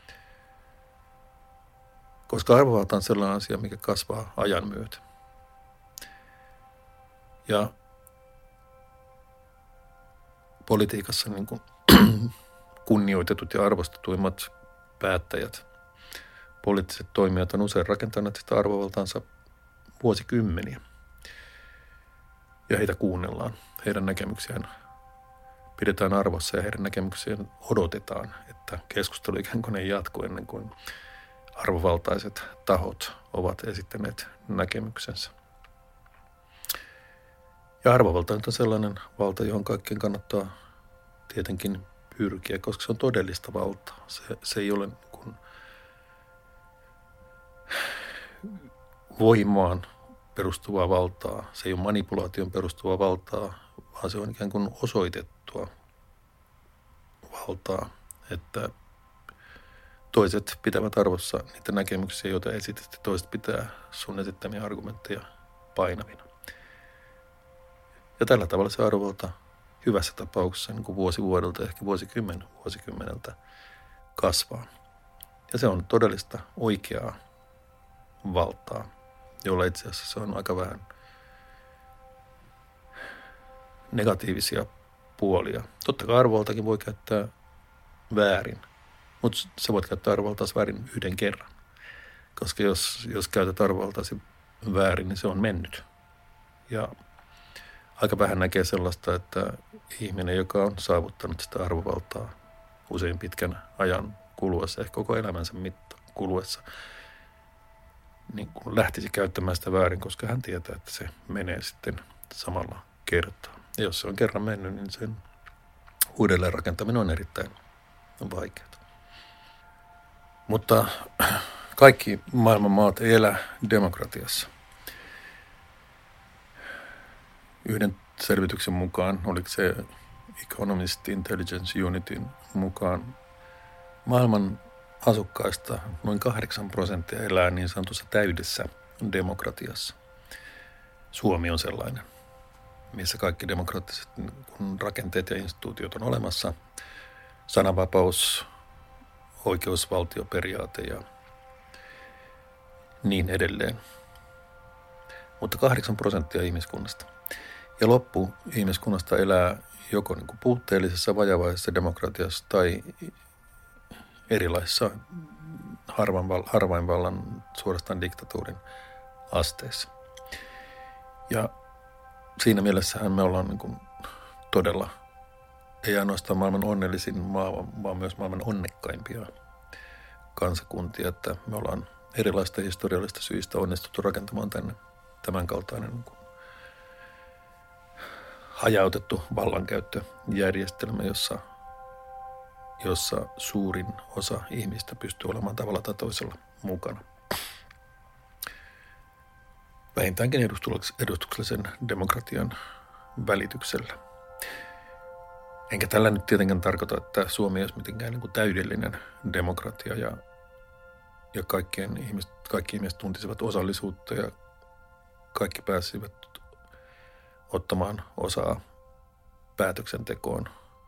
Koska arvovalta on sellainen asia, mikä kasvaa ajan myötä. Ja politiikassa niin kuin kunnioitetut ja arvostetuimmat päättäjät, poliittiset toimijat on usein rakentaneet sitä arvovaltaansa vuosikymmeniä. Ja heitä kuunnellaan. Heidän näkemyksiään pidetään arvossa ja heidän näkemyksiään odotetaan, että keskustelu ikään kuin ei jatku ennen kuin arvovaltaiset tahot ovat esittäneet näkemyksensä. Ja arvovalta on sellainen valta, johon kaikkien kannattaa tietenkin pyrkiä, koska se on todellista valtaa. Se, se ei ole niin kuin voimaan perustuvaa valtaa, se ei ole manipulaation perustuvaa valtaa, vaan se on ikään kuin osoitettua valtaa, että toiset pitävät arvossa niitä näkemyksiä, joita esitet, ja toiset pitää sun esittämiä argumentteja painavina. Ja tällä tavalla se arvovalta hyvässä tapauksessa niin kuin vuosi vuodelta, ehkä vuosikymmen vuosikymmeneltä kasvaa. Ja se on todellista oikeaa valtaa, jolla itse asiassa se on aika vähän negatiivisia puolia. Totta kai arvovaltakin voi käyttää väärin, mutta sä voit käyttää arvovaltaasi väärin yhden kerran. Koska jos, jos käytät arvovaltaasi väärin, niin se on mennyt. Ja aika vähän näkee sellaista, että ihminen, joka on saavuttanut sitä arvovaltaa usein pitkän ajan kuluessa, ehkä koko elämänsä mitta kuluessa, niin kun lähtisi käyttämään sitä väärin, koska hän tietää, että se menee sitten samalla kertaa. Ja jos se on kerran mennyt, niin sen uudelleen rakentaminen on erittäin vaikeaa. Mutta kaikki maailman maat ei elä demokratiassa. Yhden selvityksen mukaan, oliko se Economist Intelligence Unitin mukaan, maailman asukkaista noin kahdeksan prosenttia elää niin sanotussa täydessä demokratiassa. Suomi on sellainen, missä kaikki demokraattiset rakenteet ja instituutiot on olemassa. Sananvapaus, oikeusvaltioperiaate ja niin edelleen. Mutta kahdeksan prosenttia ihmiskunnasta. Ja loppu ihmiskunnasta elää joko niin kuin puutteellisessa, vajavaisessa demokratiassa tai erilaisissa harvainvallan suorastaan diktatuurin asteissa. Ja siinä mielessähän me ollaan niin kuin todella, ei ainoastaan maailman onnellisin maa, vaan myös maailman onnekkaimpia kansakuntia, että me ollaan erilaista historiallisista syistä onnistuttu rakentamaan tänne tämän kaltainen niin kuin hajautettu vallankäyttöjärjestelmä, jossa, jossa suurin osa ihmistä pystyy olemaan tavalla tai toisella mukana. Vähintäänkin edustuksellisen demokratian välityksellä. Enkä tällä nyt tietenkään tarkoita, että Suomi olisi mitenkään niin kuin täydellinen demokratia ja, ja kaikkien ihmiset, kaikki ihmiset tuntisivat osallisuutta ja kaikki pääsivät ottamaan osaa päätöksentekoon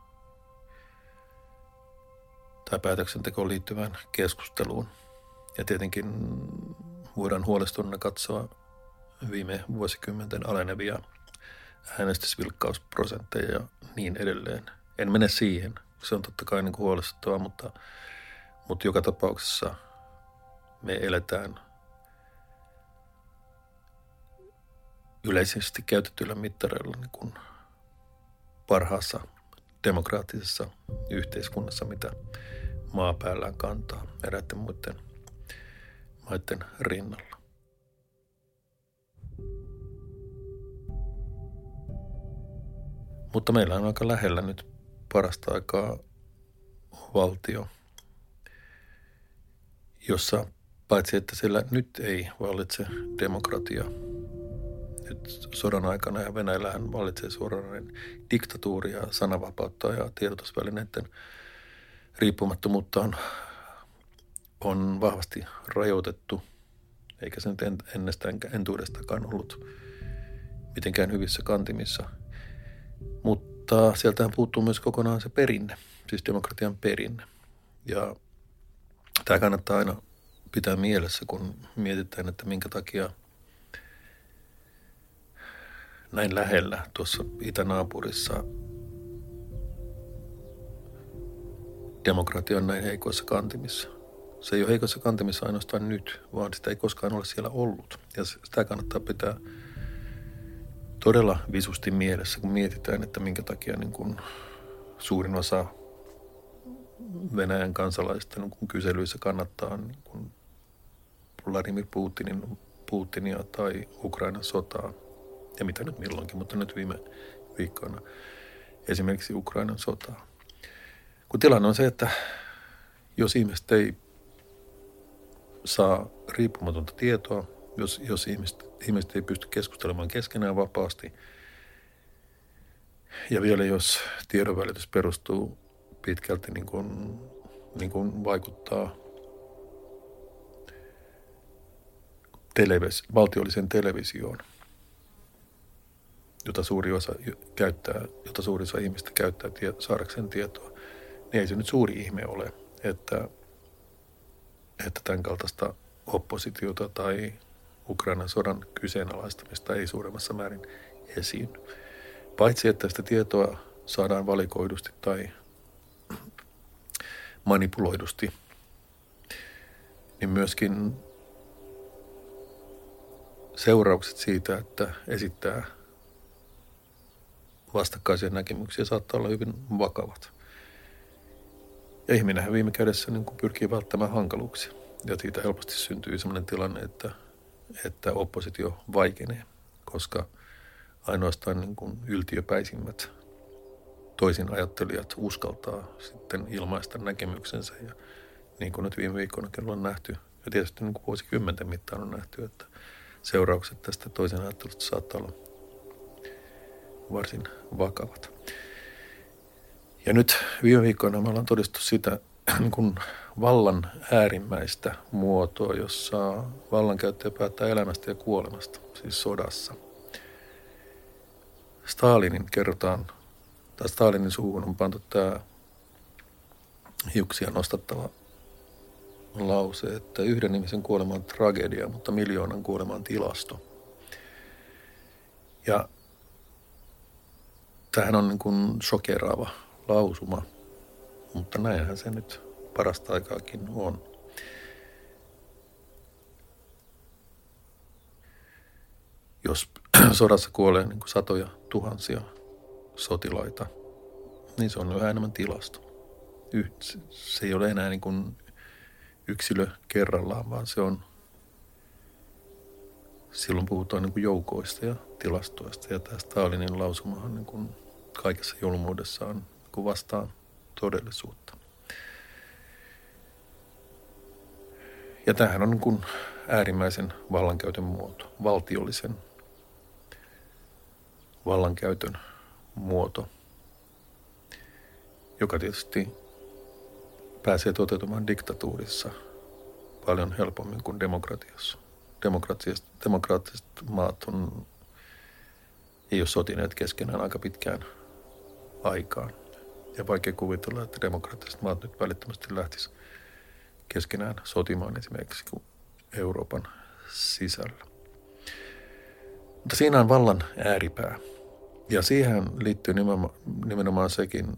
tai päätöksentekoon liittyvään keskusteluun. Ja tietenkin voidaan huolestuneena katsoa viime vuosikymmenten alenevia äänestysvilkkausprosentteja ja niin edelleen. En mene siihen. Se on totta kai niin kuin huolestuttavaa, mutta, mutta joka tapauksessa me eletään yleisesti käytetyillä mittareilla niin kuin parhaassa demokraattisessa yhteiskunnassa, mitä maapäällään kantaa eräiden muiden maiden rinnalla. Mutta meillä on aika lähellä nyt parasta aikaa valtio, jossa paitsi että siellä nyt ei vallitse demokratia, nyt sodan aikana ja Venäjällähän vallitsee suoranainen diktatuuri ja sananvapautta ja tiedotusvälineiden riippumattomuutta on, on vahvasti rajoitettu, eikä se nyt ennestään entuudestakaan ollut mitenkään hyvissä kantimissa. Mutta sieltähän puuttuu myös kokonaan se perinne, siis demokratian perinne. Ja tämä kannattaa aina pitää mielessä, kun mietitään, että minkä takia näin lähellä tuossa itänaapurissa demokratia on näin heikoissa kantimissa. Se ei ole heikoissa kantimissa ainoastaan nyt, vaan sitä ei koskaan ole siellä ollut. Ja sitä kannattaa pitää todella visusti mielessä, kun mietitään, että minkä takia niin kuin suurin osa Venäjän kansalaisista niin kuin kyselyissä kannattaa niin kuin Vladimir Putinin, Putinia tai Ukrainan sotaa. Ja mitä nyt milloinkin, mutta nyt viime viikkoina esimerkiksi Ukrainan sotaa. Kun tilanne on se, että jos ihmiset ei saa riippumatonta tietoa, jos, jos ihmiset, ihmiset ei pysty keskustelemaan keskenään vapaasti, ja vielä jos tiedonvälitys perustuu pitkälti niin kuin, niin kuin vaikuttaa televis, valtiolliseen televisioon, jota suuri osa käyttää, jota suuri osa ihmistä käyttää tie, saadakseen tietoa, niin ei se nyt suuri ihme ole, että, että tämän kaltaista oppositiota tai Ukrainan sodan kyseenalaistamista ei suuremmassa määrin esiin. Paitsi että sitä tietoa saadaan valikoidusti tai manipuloidusti, niin myöskin seuraukset siitä, että esittää vastakkaisia näkemyksiä, saattaa olla hyvin vakavat. Ja ihminenhän viime kädessä niin kuin pyrkii välttämään hankaluuksia. Ja siitä helposti syntyy sellainen tilanne, että, että oppositio vaikenee, koska ainoastaan niin kuin yltiöpäisimmät toisin ajattelijat uskaltaa sitten ilmaista näkemyksensä. Ja niin kuin nyt viime viikkoinakin on nähty, ja tietysti niin kuin vuosikymmenten mittaan on nähty, että seuraukset tästä toisen ajattelusta saattaa olla varsin vakavat. Ja nyt viime viikkoina me ollaan todistettu sitä niin kuin vallan äärimmäistä muotoa, jossa vallankäyttäjä päättää elämästä ja kuolemasta, siis sodassa. Stalinin kerrotaan, tai Stalinin suuhun on pantu tämä hiuksia nostattava lause, että yhden ihmisen kuolema on tragedia, mutta miljoonan kuolema on tilasto. Ja tämähän on niin kuin shokeraava lausuma, mutta näinhän se nyt parasta aikaakin on. Jos sodassa kuolee niin kuin satoja tuhansia sotilaita, niin se on yhä enemmän tilasto. Se ei ole enää niin kuin yksilö kerrallaan, vaan se on, silloin puhutaan niin kuin joukoista ja tilastoista. Ja tämä Stalinin lausumahan niin kuin kaikessa julmuudessaan niin kuin vastaan todellisuutta. Ja tämähän on niin kuin äärimmäisen vallankäytön muoto, valtiollisen vallankäytön muoto. joka tietysti pääsee toteutumaan diktatuurissa paljon helpommin kuin demokratiassa. Demokraattiset maat on, ei ole sotineet keskenään aika pitkään aikaan. Ja vaikea kuvitella, että demokraattiset maat nyt välittömästi lähtisi keskenään sotimaan esimerkiksi Euroopan sisällä. Mutta siinä on vallan ääripää. Ja siihen liittyy nimenomaan, nimenomaan sekin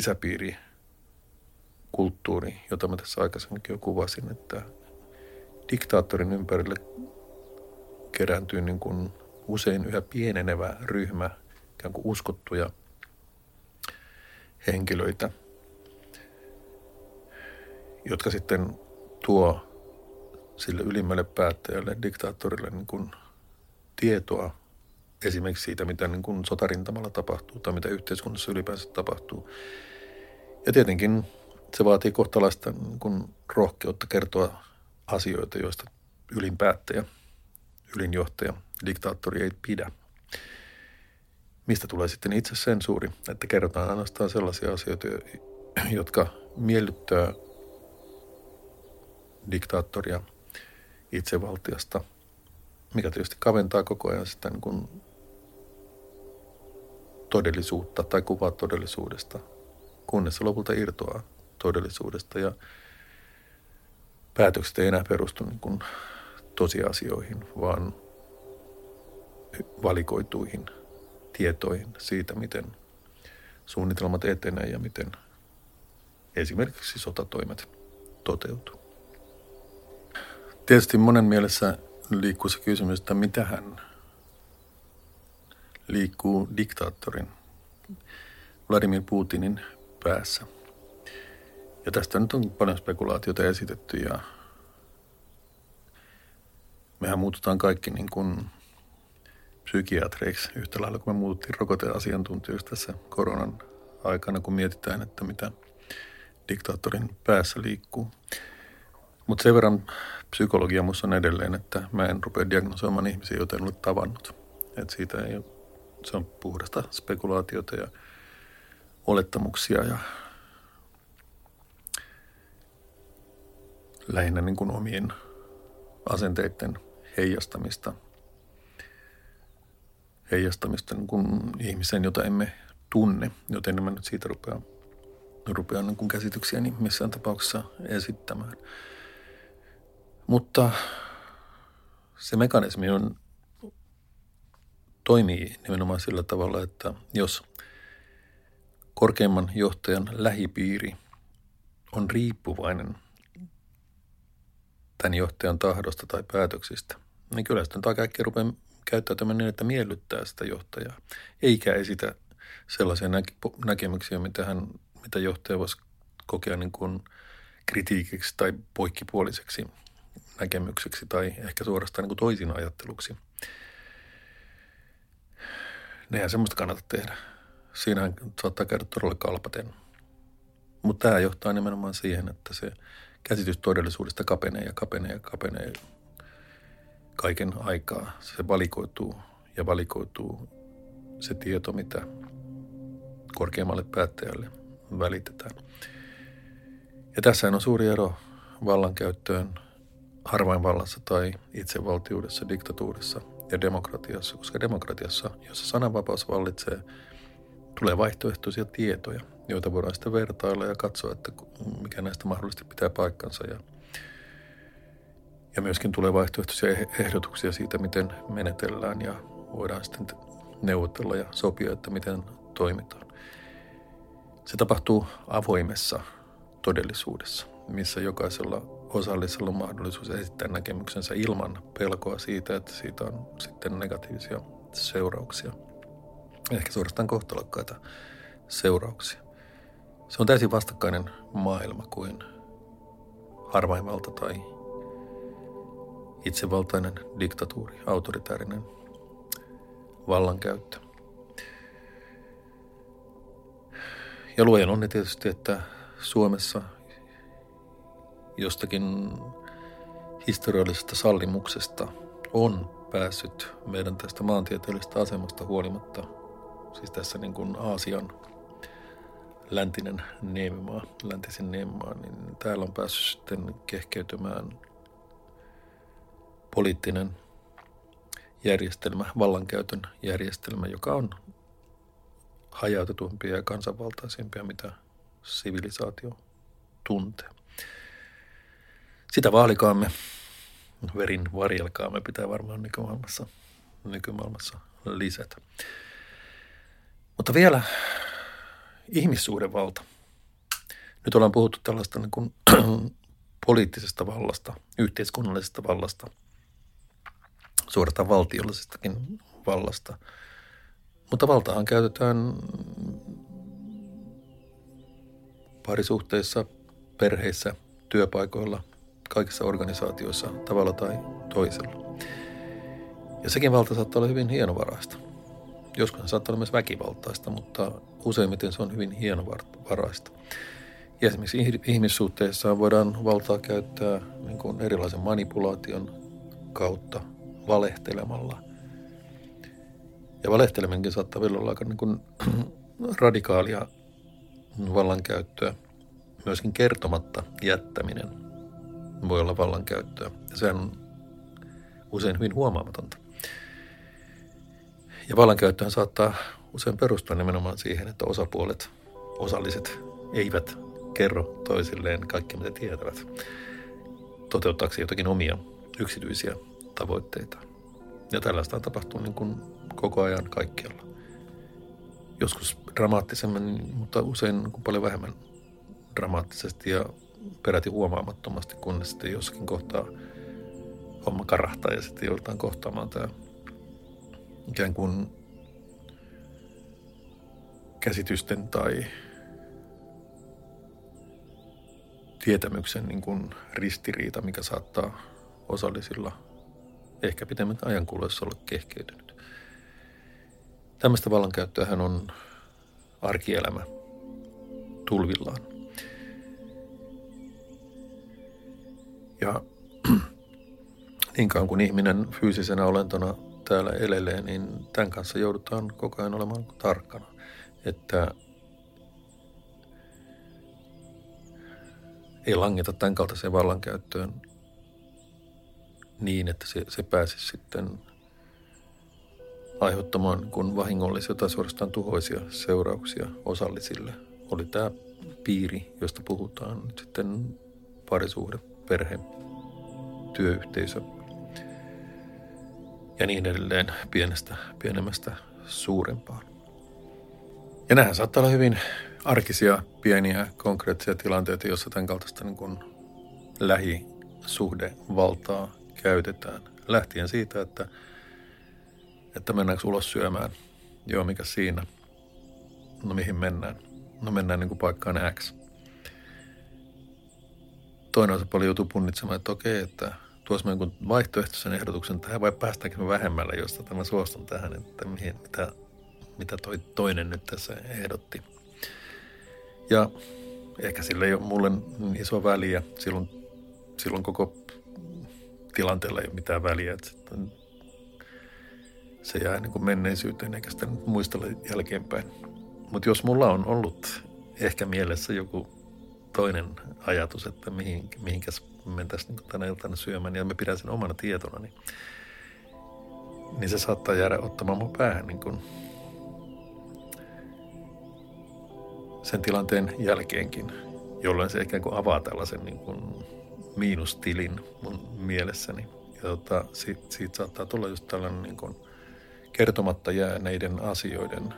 sisäpiirikulttuuri, jota mä tässä aikaisemminkin jo kuvasin, että diktaattorin ympärille kerääntyy niin kuin usein yhä pienenevä ryhmä ikään kuin uskottuja henkilöitä, jotka sitten tuo sille ylimmälle päättäjälle, diktaattorille niin kuin tietoa esimerkiksi siitä, mitä niin kuin sotarintamalla tapahtuu tai mitä yhteiskunnassa ylipäänsä tapahtuu. Ja tietenkin se vaatii kohtalaista niin kuin rohkeutta kertoa asioita, joista ylin päättäjä, ylin johtaja, diktaattori ei pidä. Mistä tulee sitten itse sensuuri, että kerrotaan ainoastaan sellaisia asioita, jotka miellyttää diktaattoria itsevaltiasta, mikä tietysti kaventaa koko ajan sitä niin kuin todellisuutta tai kuvaa todellisuudesta, kunnes se lopulta irtoaa todellisuudesta ja päätökset ei enää perustu niin kuin tosiasioihin, vaan valikoituihin tietoihin siitä, miten suunnitelmat etenee ja miten esimerkiksi sotatoimet toteutuu. Tietysti monen mielessä liikkuu se kysymys, että mitähän liikkuu diktaattorin Vladimir Putinin päässä. Ja tästä nyt on paljon spekulaatiota esitetty ja mehän muututaan kaikki niin kuin psykiatreiksi yhtä lailla kuin me muututtiin rokoteasiantuntijoiksi tässä koronan aikana, kun mietitään, että mitä diktaattorin päässä liikkuu. Mutta sen verran psykologia musta on edelleen, että mä en rupea diagnosoimaan ihmisiä, joita en ole tavannut. Et siitä ei ole, se on puhdasta spekulaatiota ja olettamuksia ja lähinnä niin kuin omien asenteiden heijastamista. Heijastamista niin kuin ihmisen, jota emme tunne, joten en mä nyt siitä rupea, rupea niin kuin käsityksiä niin missään tapauksessa esittämään. Mutta se mekanismi on, toimii nimenomaan sillä tavalla, että jos korkeimman johtajan lähipiiri on riippuvainen tämän johtajan tahdosta tai päätöksistä, niin kyllä sitten kaikki rupeaa käyttäytymään niin, että miellyttää sitä johtajaa, eikä esitä sellaisia näke- näkemyksiä, mitä, hän, mitä johtaja voisi kokea niin kuin kritiikiksi tai poikkipuoliseksi näkemykseksi tai ehkä suorastaan niin kuin toisin ajatteluksi. Eihän semmoista kannata tehdä. Siinähän saattaa käydä todella kalpaten. Mutta tämä johtaa nimenomaan siihen, että se käsitys todellisuudesta kapenee ja kapenee ja kapenee kaiken aikaa. Se valikoituu ja valikoituu se tieto, mitä korkeammalle päättäjälle välitetään. Ja tässä on suuri ero vallankäyttöön harvainvallassa tai itsevaltiudessa, diktatuurissa ja demokratiassa, koska demokratiassa, jossa sananvapaus vallitsee, tulee vaihtoehtoisia tietoja, joita voidaan sitten vertailla ja katsoa, että mikä näistä mahdollisesti pitää paikkansa. Ja, ja myöskin tulee vaihtoehtoisia ehdotuksia siitä, miten menetellään ja voidaan sitten neuvotella ja sopia, että miten toimitaan. Se tapahtuu avoimessa todellisuudessa, missä jokaisella osallisella on mahdollisuus esittää näkemyksensä ilman pelkoa siitä, että siitä on sitten negatiivisia seurauksia. Ehkä suorastaan kohtalokkaita seurauksia. Se on täysin vastakkainen maailma kuin harvainvalta tai itsevaltainen diktatuuri, autoritäärinen vallankäyttö. Ja luojan onni tietysti, että Suomessa jostakin historiallisesta sallimuksesta on päässyt meidän tästä maantieteellisestä asemasta huolimatta, siis tässä niin kuin Aasian läntinen niemimaa, läntisin niemimaa, niin täällä on päässyt sitten kehkeytymään poliittinen järjestelmä, vallankäytön järjestelmä, joka on hajautetumpia ja kansanvaltaisempia, mitä sivilisaatio tuntee. Sitä vaalikaamme, verin varjelkaamme pitää varmaan nykymaailmassa, nykymaailmassa lisätä. Mutta vielä ihmissuhdevalta. Nyt ollaan puhuttu tällaista niin kuin poliittisesta vallasta, yhteiskunnallisesta vallasta, suorastaan valtiollisestakin vallasta. Mutta valtaahan käytetään parisuhteissa, perheissä, työpaikoilla, kaikissa organisaatioissa tavalla tai toisella. Ja sekin valta saattaa olla hyvin hienovaraista. Joskus se saattaa olla myös väkivaltaista, mutta useimmiten se on hyvin hienovaraista. Ja esimerkiksi ihmissuhteissa voidaan valtaa käyttää niin kuin erilaisen manipulaation kautta, valehtelemalla. Ja valehteleminenkin saattaa vielä olla aika niin kuin radikaalia vallankäyttöä. Myöskin kertomatta jättäminen voi olla vallankäyttöä. Ja sehän on usein hyvin huomaamatonta. Ja vallankäyttöhän saattaa usein perustua nimenomaan siihen, että osapuolet, osalliset eivät kerro toisilleen kaikki, mitä tietävät, toteuttaakseen jotakin omia yksityisiä tavoitteita. Ja tällaista tapahtuu niin kuin koko ajan kaikkialla. Joskus dramaattisemmin, mutta usein niin kuin paljon vähemmän dramaattisesti ja peräti huomaamattomasti, kunnes sitten jossakin kohtaa homma karahtaa ja sitten joudutaan kohtaamaan tämä ikään kuin käsitysten tai tietämyksen niin kuin ristiriita, mikä saattaa osallisilla ehkä pitemmän ajan kuluessa olla kehkeytynyt. Tällaista vallankäyttöähän on arkielämä tulvillaan. Ja niin kauan kuin ihminen fyysisenä olentona täällä elelee, niin tämän kanssa joudutaan koko ajan olemaan tarkkana, että ei langeta tämän kaltaiseen vallankäyttöön niin, että se, se pääsisi sitten aiheuttamaan kun vahingollisia tai suorastaan tuhoisia seurauksia osallisille. Oli tämä piiri, josta puhutaan nyt sitten parisuhde, perhe, työyhteisö ja niin edelleen pienestä, pienemmästä suurempaan. Ja nämähän saattaa olla hyvin arkisia, pieniä, konkreettisia tilanteita, joissa tämän kaltaista niin kuin lähisuhdevaltaa käytetään. Lähtien siitä, että, että mennäänkö ulos syömään. Joo, mikä siinä? No mihin mennään? No mennään niin kuin paikkaan X. Toinen osapuoli joutuu punnitsemaan, että okei, että tuossa mä jonkun vaihtoehtoisen ehdotuksen tähän, vai päästäänkö me vähemmällä, josta mä suostun tähän, että mihin, mitä, mitä toi toinen nyt tässä ehdotti. Ja ehkä sillä ei ole mulle niin iso väliä, silloin, silloin koko tilanteella ei ole mitään väliä, että se jää niin kuin menneisyyteen eikä sitä nyt muistella jälkeenpäin. Mutta jos mulla on ollut ehkä mielessä joku toinen ajatus, että mihin, mihinkäs mentäisiin niin tänä iltana syömään ja mä pidän sen omana tietona, niin, niin se saattaa jäädä ottamaan mun päähän niin kuin sen tilanteen jälkeenkin, jolloin se ikään kuin avaa tällaisen niin kuin miinustilin mun mielessäni. Ja tota, siitä, siitä saattaa tulla just tällainen niin kuin kertomatta jääneiden asioiden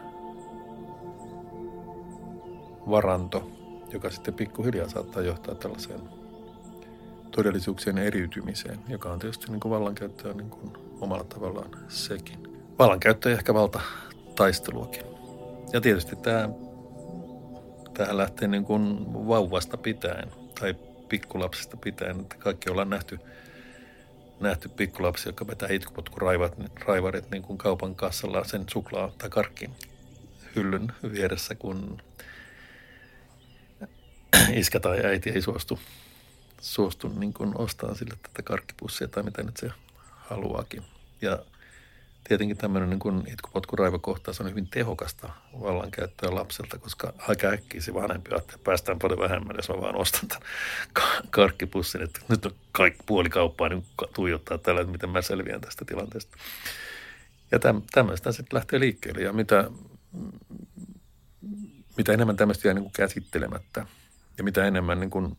varanto, joka sitten pikkuhiljaa saattaa johtaa tällaiseen todellisuuksien eriytymiseen, joka on tietysti niin kuin vallankäyttöä niin kuin omalla tavallaan sekin. Vallankäyttö ja ehkä valtataisteluakin. Ja tietysti tämä Tähän lähtee niin kuin vauvasta pitäen tai pikkulapsista pitäen, että kaikki ollaan nähty, nähty pikkulapsia, jotka vetää itkupotkuraivarit niin kuin kaupan kassalla sen suklaa tai karkkin hyllyn vieressä, kun iskä tai äiti ei suostu, suostu niin kuin ostamaan sille tätä karkkipussia tai mitä nyt se haluaakin. Ja tietenkin tämmöinen niin kuin itkupotkuraivokohtaus on hyvin tehokasta vallankäyttöä lapselta, koska aika äkkiä se vanhempi ajattelee, että päästään paljon vähemmän, jos mä vaan ostan tämän karkkipussin, että nyt on kaikki puoli kauppaa, niin tuijottaa tällä, että miten mä selviän tästä tilanteesta. Ja tämmöistä sitten lähtee liikkeelle, ja mitä, mitä enemmän tämmöistä jää niin kuin käsittelemättä, ja mitä enemmän niin kuin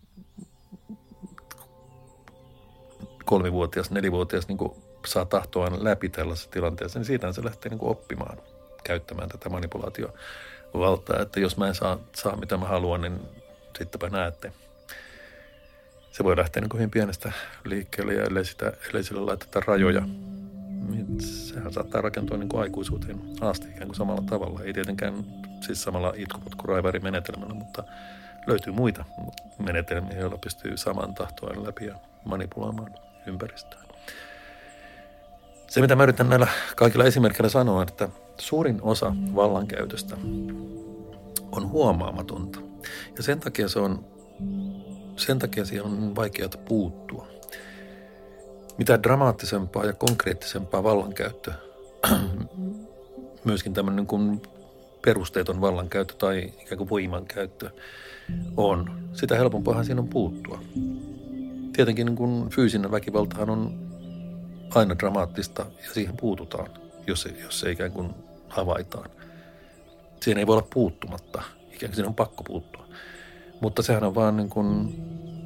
kolmivuotias, nelivuotias niin kuin saa tahtoaan läpi tällaisessa tilanteessa, niin siitä se lähtee niin kuin oppimaan, käyttämään tätä manipulaatiovaltaa, että jos mä en saa, saa mitä mä haluan, niin sittenpä näette. Se voi lähteä niin kuin hyvin pienestä liikkeelle, ja ellei, sitä, ellei sille laiteta rajoja, niin sehän saattaa rakentua niin kuin aikuisuuteen asti ikään kuin samalla tavalla. Ei tietenkään siis samalla itkupotkuraivari-menetelmällä, mutta löytyy muita menetelmiä, joilla pystyy saman tahtoaan läpi ja manipuloimaan ympäristöä. Se, mitä mä yritän näillä kaikilla esimerkkeillä sanoa, että suurin osa vallankäytöstä on huomaamatonta. Ja sen takia se on, sen takia siihen on vaikeaa puuttua. Mitä dramaattisempaa ja konkreettisempaa vallankäyttö, myöskin tämmöinen niin kuin perusteeton vallankäyttö tai ikään kuin voimankäyttö on, sitä helpompaahan siinä on puuttua. Tietenkin niin kuin fyysinen väkivaltahan on aina dramaattista ja siihen puututaan, jos se, jos se ikään kuin havaitaan. Siihen ei voi olla puuttumatta, ikään kuin siinä on pakko puuttua. Mutta sehän on vaan niin kuin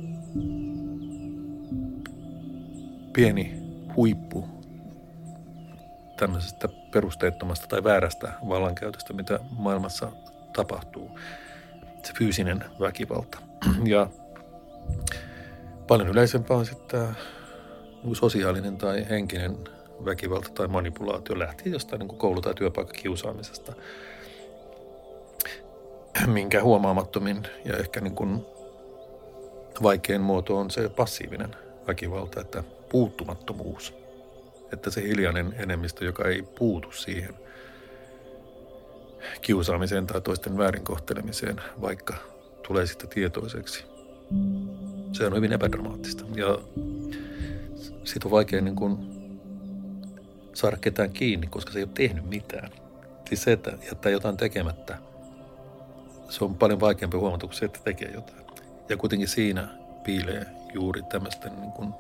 pieni huippu tämmöisestä perusteettomasta tai väärästä vallankäytöstä, mitä maailmassa tapahtuu. Se fyysinen väkivalta. Ja paljon yleisempää on sitten sosiaalinen tai henkinen väkivalta tai manipulaatio lähtien jostain niin kuin koulu- tai työpaikkakiusaamisesta, minkä huomaamattomin ja ehkä niin kuin vaikein muoto on se passiivinen väkivalta, että puuttumattomuus, että se hiljainen enemmistö, joka ei puutu siihen kiusaamiseen tai toisten väärinkohtelemiseen, vaikka tulee sitten tietoiseksi. Se on hyvin epädramaattista ja siitä on vaikea niin kuin saada ketään kiinni, koska se ei ole tehnyt mitään. Siis se, että jättää jotain tekemättä, se on paljon vaikeampi huomata kuin se, että tekee jotain. Ja kuitenkin siinä piilee juuri tämmöisten niin kuin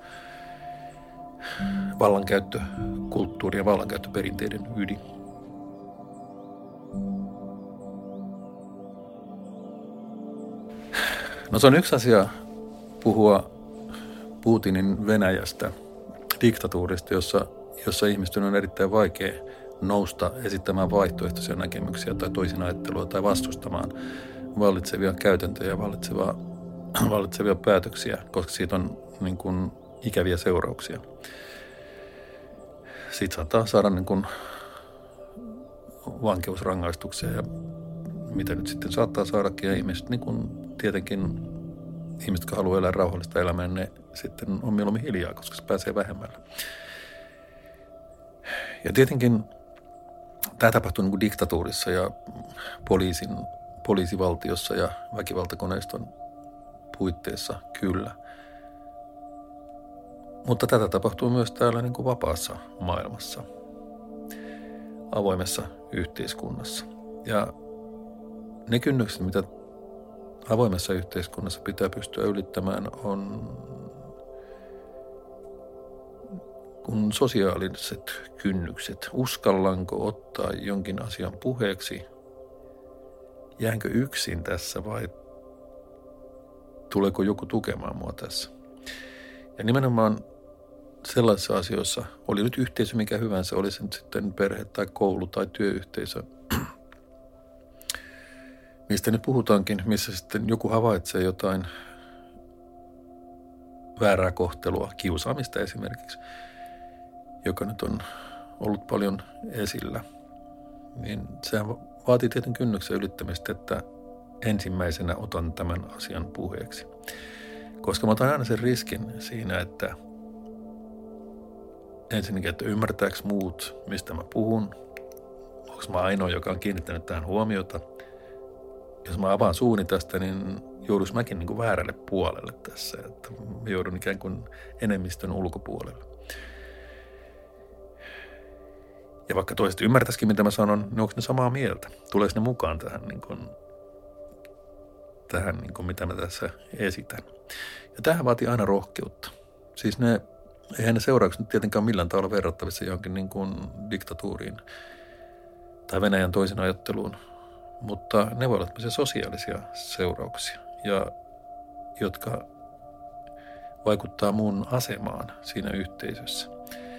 vallankäyttökulttuuri- ja vallankäyttöperinteiden ydin. No se on yksi asia puhua Putinin Venäjästä, diktatuurista, jossa, jossa ihmisten on erittäin vaikea nousta esittämään vaihtoehtoisia näkemyksiä tai toisinajattelua tai vastustamaan vallitsevia käytäntöjä, vallitsevia, vallitsevia päätöksiä, koska siitä on niin kuin ikäviä seurauksia. Siitä saattaa saada niin kuin vankeusrangaistuksia ja mitä nyt sitten saattaa saadakin. Ja ihmiset, niin kuin tietenkin ihmiset, jotka haluaa elää rauhallista elämää, ne sitten on mieluummin hiljaa, koska se pääsee vähemmällä. Ja tietenkin tämä tapahtuu niin kuin diktatuurissa ja poliisin, poliisivaltiossa ja väkivaltakoneiston puitteissa kyllä. Mutta tätä tapahtuu myös täällä niin kuin vapaassa maailmassa, avoimessa yhteiskunnassa. Ja ne kynnykset, mitä avoimessa yhteiskunnassa pitää pystyä ylittämään, on kun sosiaaliset kynnykset. Uskallanko ottaa jonkin asian puheeksi? Jäänkö yksin tässä vai tuleeko joku tukemaan mua tässä? Ja nimenomaan sellaisissa asioissa, oli nyt yhteisö mikä hyvänsä, oli se nyt sitten perhe tai koulu tai työyhteisö, mistä nyt puhutaankin, missä sitten joku havaitsee jotain väärää kohtelua, kiusaamista esimerkiksi, joka nyt on ollut paljon esillä, niin sehän vaatii tietyn kynnyksen ylittämistä, että ensimmäisenä otan tämän asian puheeksi. Koska mä otan aina sen riskin siinä, että ensinnäkin, että ymmärtääkö muut, mistä mä puhun, onko mä ainoa, joka on kiinnittänyt tähän huomiota. Jos mä avaan suuni tästä, niin joudus mäkin niin kuin väärälle puolelle tässä, että mä joudun ikään kuin enemmistön ulkopuolelle. Ja vaikka toiset ymmärtäisikin, mitä mä sanon, niin onko ne samaa mieltä? Tuleeko ne mukaan tähän, niin kuin, tähän niin kuin mitä mä tässä esitän? Ja tähän vaatii aina rohkeutta. Siis ne, eihän ne seuraukset nyt tietenkään millään tavalla verrattavissa johonkin niin kuin diktatuuriin tai Venäjän toisin ajatteluun, mutta ne voi olla tämmöisiä sosiaalisia seurauksia, ja, jotka vaikuttaa mun asemaan siinä yhteisössä.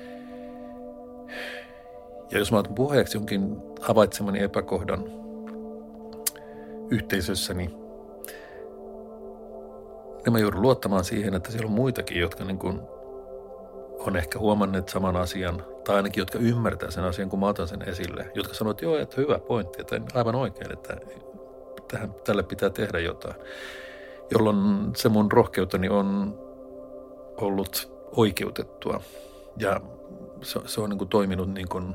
Ja jos mä otan puheeksi jonkin havaitsemani epäkohdan yhteisössäni, niin mä joudun luottamaan siihen, että siellä on muitakin, jotka niin kuin on ehkä huomanneet saman asian, tai ainakin jotka ymmärtää sen asian, kun mä otan sen esille, jotka sanoo, että joo, että hyvä pointti, että aivan oikein, että tähän, tälle pitää tehdä jotain, jolloin se mun rohkeuteni on ollut oikeutettua, ja se, se on niin kuin toiminut niin kuin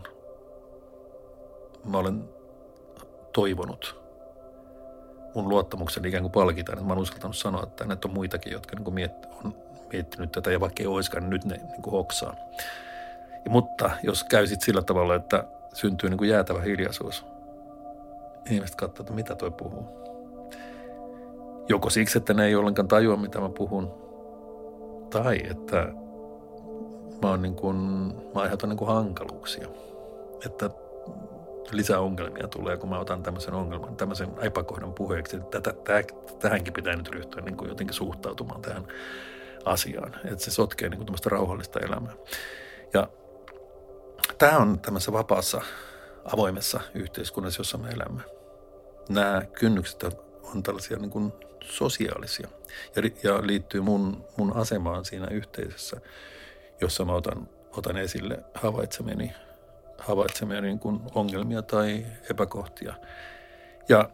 mä olen toivonut. Mun luottamukseni ikään kuin palkitaan, että mä oon uskaltanut sanoa, että näitä on muitakin, jotka niin kuin miet, on miettinyt tätä, ja vaikka ei oiskaan, niin nyt ne niin kuin hoksaa. Ja, mutta jos käy sit sillä tavalla, että syntyy niin kuin jäätävä hiljaisuus, ihmiset katsoo, että mitä toi puhuu. Joko siksi, että ne ei ollenkaan tajua, mitä mä puhun, tai että mä, oon niin kuin, mä aiheutan niin kuin hankaluuksia. Että lisää ongelmia tulee, kun mä otan tämmöisen ongelman, tämmöisen epäkohdan puheeksi. Tätä, täh, tähänkin pitää nyt ryhtyä niin kuin jotenkin suhtautumaan tähän asiaan, että se sotkee niin kuin tämmöistä rauhallista elämää. Ja tämä on tämmöisessä vapaassa, avoimessa yhteiskunnassa, jossa me elämme. Nämä kynnykset on tällaisia niin kuin sosiaalisia ja, ja liittyy mun, mun asemaan siinä yhteisössä, jossa mä otan, otan esille havaitsemieni havaitsemia niin kuin ongelmia tai epäkohtia. Ja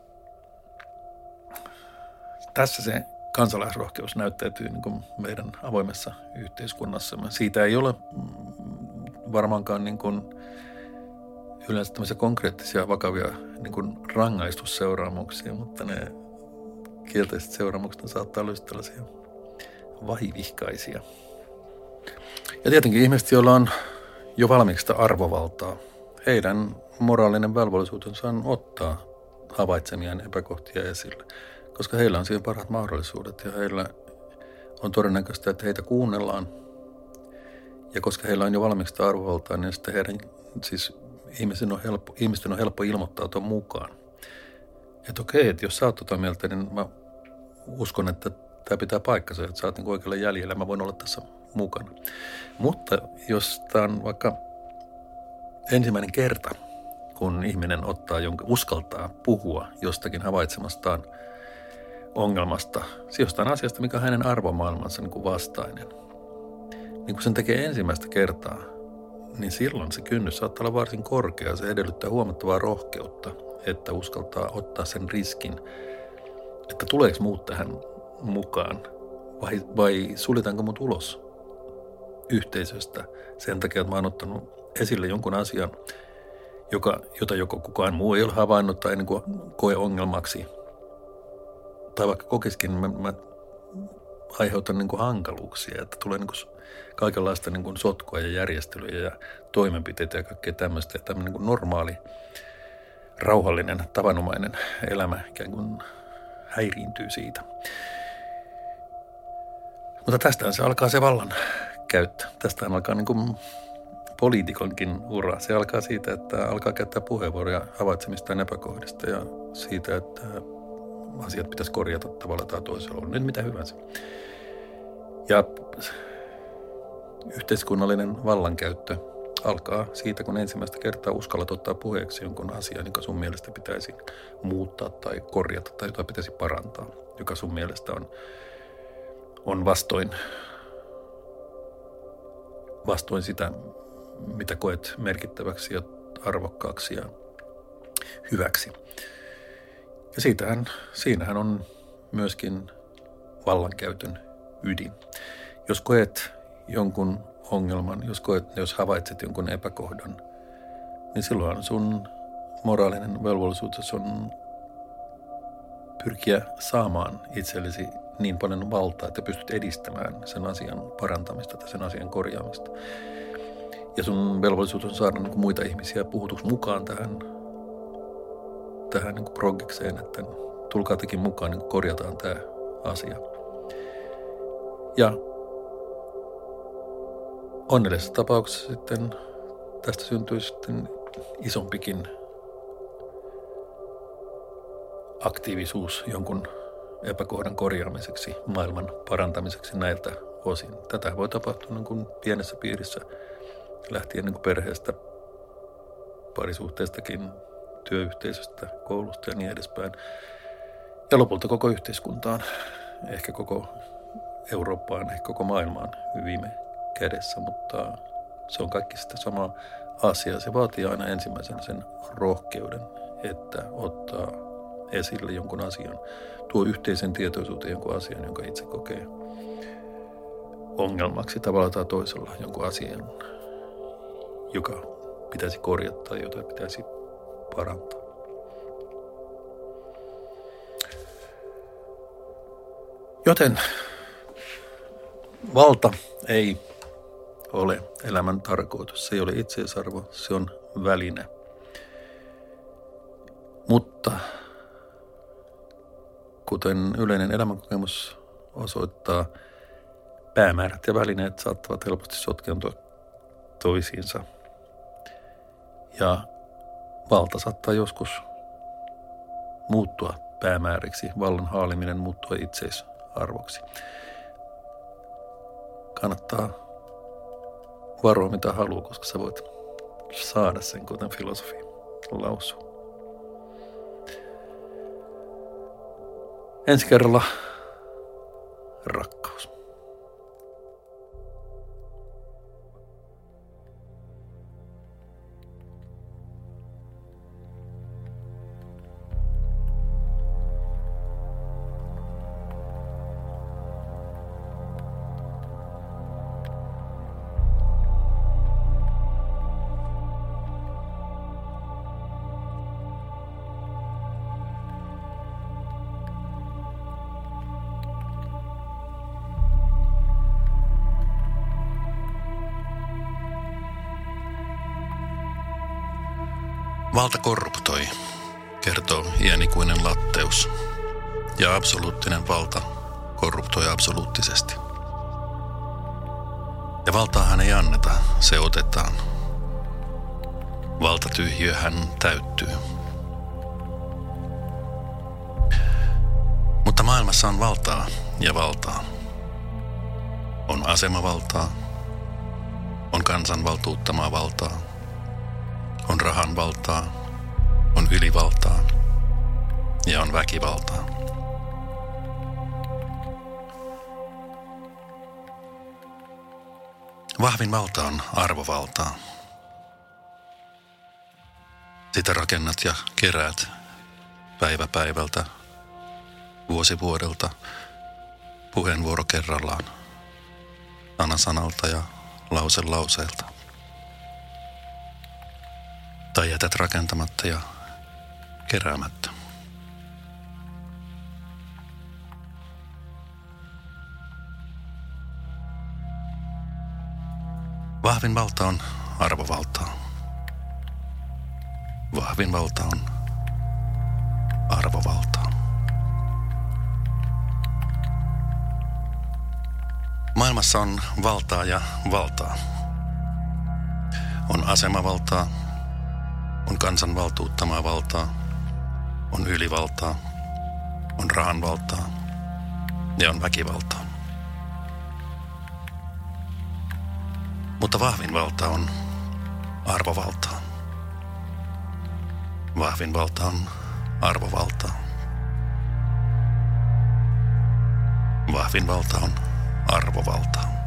tässä se kansalaisrohkeus näyttäytyy niin kuin meidän avoimessa yhteiskunnassamme. Siitä ei ole varmaankaan niin kuin yleensä tämmöisiä konkreettisia vakavia niin kuin rangaistusseuraamuksia, mutta ne kielteiset seuraamukset saattaa olla tällaisia vahivihkaisia. Ja tietenkin ihmiset, joilla on jo valmiiksi sitä arvovaltaa, heidän moraalinen velvollisuutensa on ottaa havaitsemiaan epäkohtia esille, koska heillä on siihen parhaat mahdollisuudet ja heillä on todennäköistä, että heitä kuunnellaan. Ja koska heillä on jo valmiiksi sitä arvovaltaa, niin sitten heidän, siis ihmisten on helppo, ihmisten on helppo ilmoittautua mukaan. Että okei, että jos sä oot tota mieltä, niin mä uskon, että tämä pitää paikkansa, että sä oot niin oikealla jäljellä, mä voin olla tässä mukana. Mutta jos tämä on vaikka ensimmäinen kerta, kun ihminen ottaa jonka, uskaltaa puhua jostakin havaitsemastaan ongelmasta, jostain asiasta, mikä on hänen arvomaailmansa niin kuin vastainen. Niin kun sen tekee ensimmäistä kertaa, niin silloin se kynnys saattaa olla varsin korkea. Se edellyttää huomattavaa rohkeutta, että uskaltaa ottaa sen riskin, että tuleeko muut tähän mukaan vai, vai suljetaanko mut ulos yhteisöstä sen takia, että mä oon ottanut esille jonkun asian, joka, jota joko kukaan muu ei ole havainnut tai niin kuin koe ongelmaksi. Tai vaikka kokisikin, niin mä, mä aiheutan niin kuin hankaluuksia, että tulee niin kuin kaikenlaista niin kuin sotkua ja järjestelyjä ja toimenpiteitä ja kaikkea tämmöistä. Ja tämmöinen niin kuin normaali, rauhallinen, tavanomainen elämä ikään kuin häiriintyy siitä. Mutta tästähän se alkaa se vallan käyttö. Tästähän alkaa niin kuin poliitikonkin ura. Se alkaa siitä, että alkaa käyttää puheenvuoroja havaitsemistaan epäkohdista ja siitä, että asiat pitäisi korjata tavalla tai toisella. On nyt mitä hyvänsä. Ja yhteiskunnallinen vallankäyttö alkaa siitä, kun ensimmäistä kertaa uskallat ottaa puheeksi jonkun asian, joka sun mielestä pitäisi muuttaa tai korjata tai jota pitäisi parantaa, joka sun mielestä on, on vastoin, vastoin sitä, mitä koet merkittäväksi ja arvokkaaksi ja hyväksi. Ja siitähän, siinähän on myöskin vallankäytön ydin. Jos koet jonkun ongelman, jos, koet, jos havaitset jonkun epäkohdan, niin silloin sun moraalinen velvollisuus on pyrkiä saamaan itsellesi niin paljon valtaa, että pystyt edistämään sen asian parantamista tai sen asian korjaamista. Ja sun velvollisuus on saada niin kuin muita ihmisiä puhutuksi mukaan tähän, tähän niin kuin progikseen, että tulkaa tekin mukaan, niin kuin korjataan tämä asia. Ja onnellisessa tapauksessa sitten tästä syntyy sitten isompikin aktiivisuus jonkun epäkohdan korjaamiseksi, maailman parantamiseksi näiltä osin. Tätä voi tapahtua niin kuin pienessä piirissä lähtien niin kuin perheestä, parisuhteestakin, työyhteisöstä, koulusta ja niin edespäin. Ja lopulta koko yhteiskuntaan, ehkä koko Eurooppaan, ehkä koko maailmaan viime kädessä, mutta se on kaikki sitä samaa asiaa. Se vaatii aina ensimmäisenä sen rohkeuden, että ottaa esille jonkun asian, tuo yhteisen tietoisuuteen jonkun asian, jonka itse kokee ongelmaksi tavalla tai toisella, jonkun asian, joka pitäisi korjata tai jota pitäisi parantaa. Joten valta ei ole elämän tarkoitus, se ei ole itseisarvo, se on väline. Mutta kuten yleinen elämänkokemus osoittaa, päämäärät ja välineet saattavat helposti sotkeentua toisiinsa. Ja valta saattaa joskus muuttua päämääriksi, vallan haaliminen muuttua itseisarvoksi. Kannattaa varoa mitä haluaa, koska sä voit saada sen, kuten filosofi lausuu. Ensi kerralla rakkaus. Valta korruptoi, kertoo iänikuinen latteus, ja absoluuttinen valta korruptoi absoluuttisesti. Ja valtaahan ei anneta, se otetaan. Valtatyhjiöhän täyttyy. Mutta maailmassa on valtaa ja valtaa. On asemavaltaa, on kansan valtuuttamaa valtaa. On rahan valtaa, on ylivaltaa ja on väkivaltaa. Vahvin valta on arvovaltaa. Sitä rakennat ja keräät päivä päivältä, vuosi vuodelta, puheenvuoro kerrallaan, sana sanalta ja lause lauseelta. Tai jätät rakentamatta ja keräämättä. Vahvin valta on arvovaltaa. Vahvin valta on arvovaltaa. Maailmassa on valtaa ja valtaa. On asemavaltaa. On kansan valtuuttamaa valtaa, on ylivaltaa, on rahan valtaa ja on väkivaltaa. Mutta vahvin valta on arvovaltaa. Vahvin valta on arvovaltaa. Vahvin valta on arvovaltaa.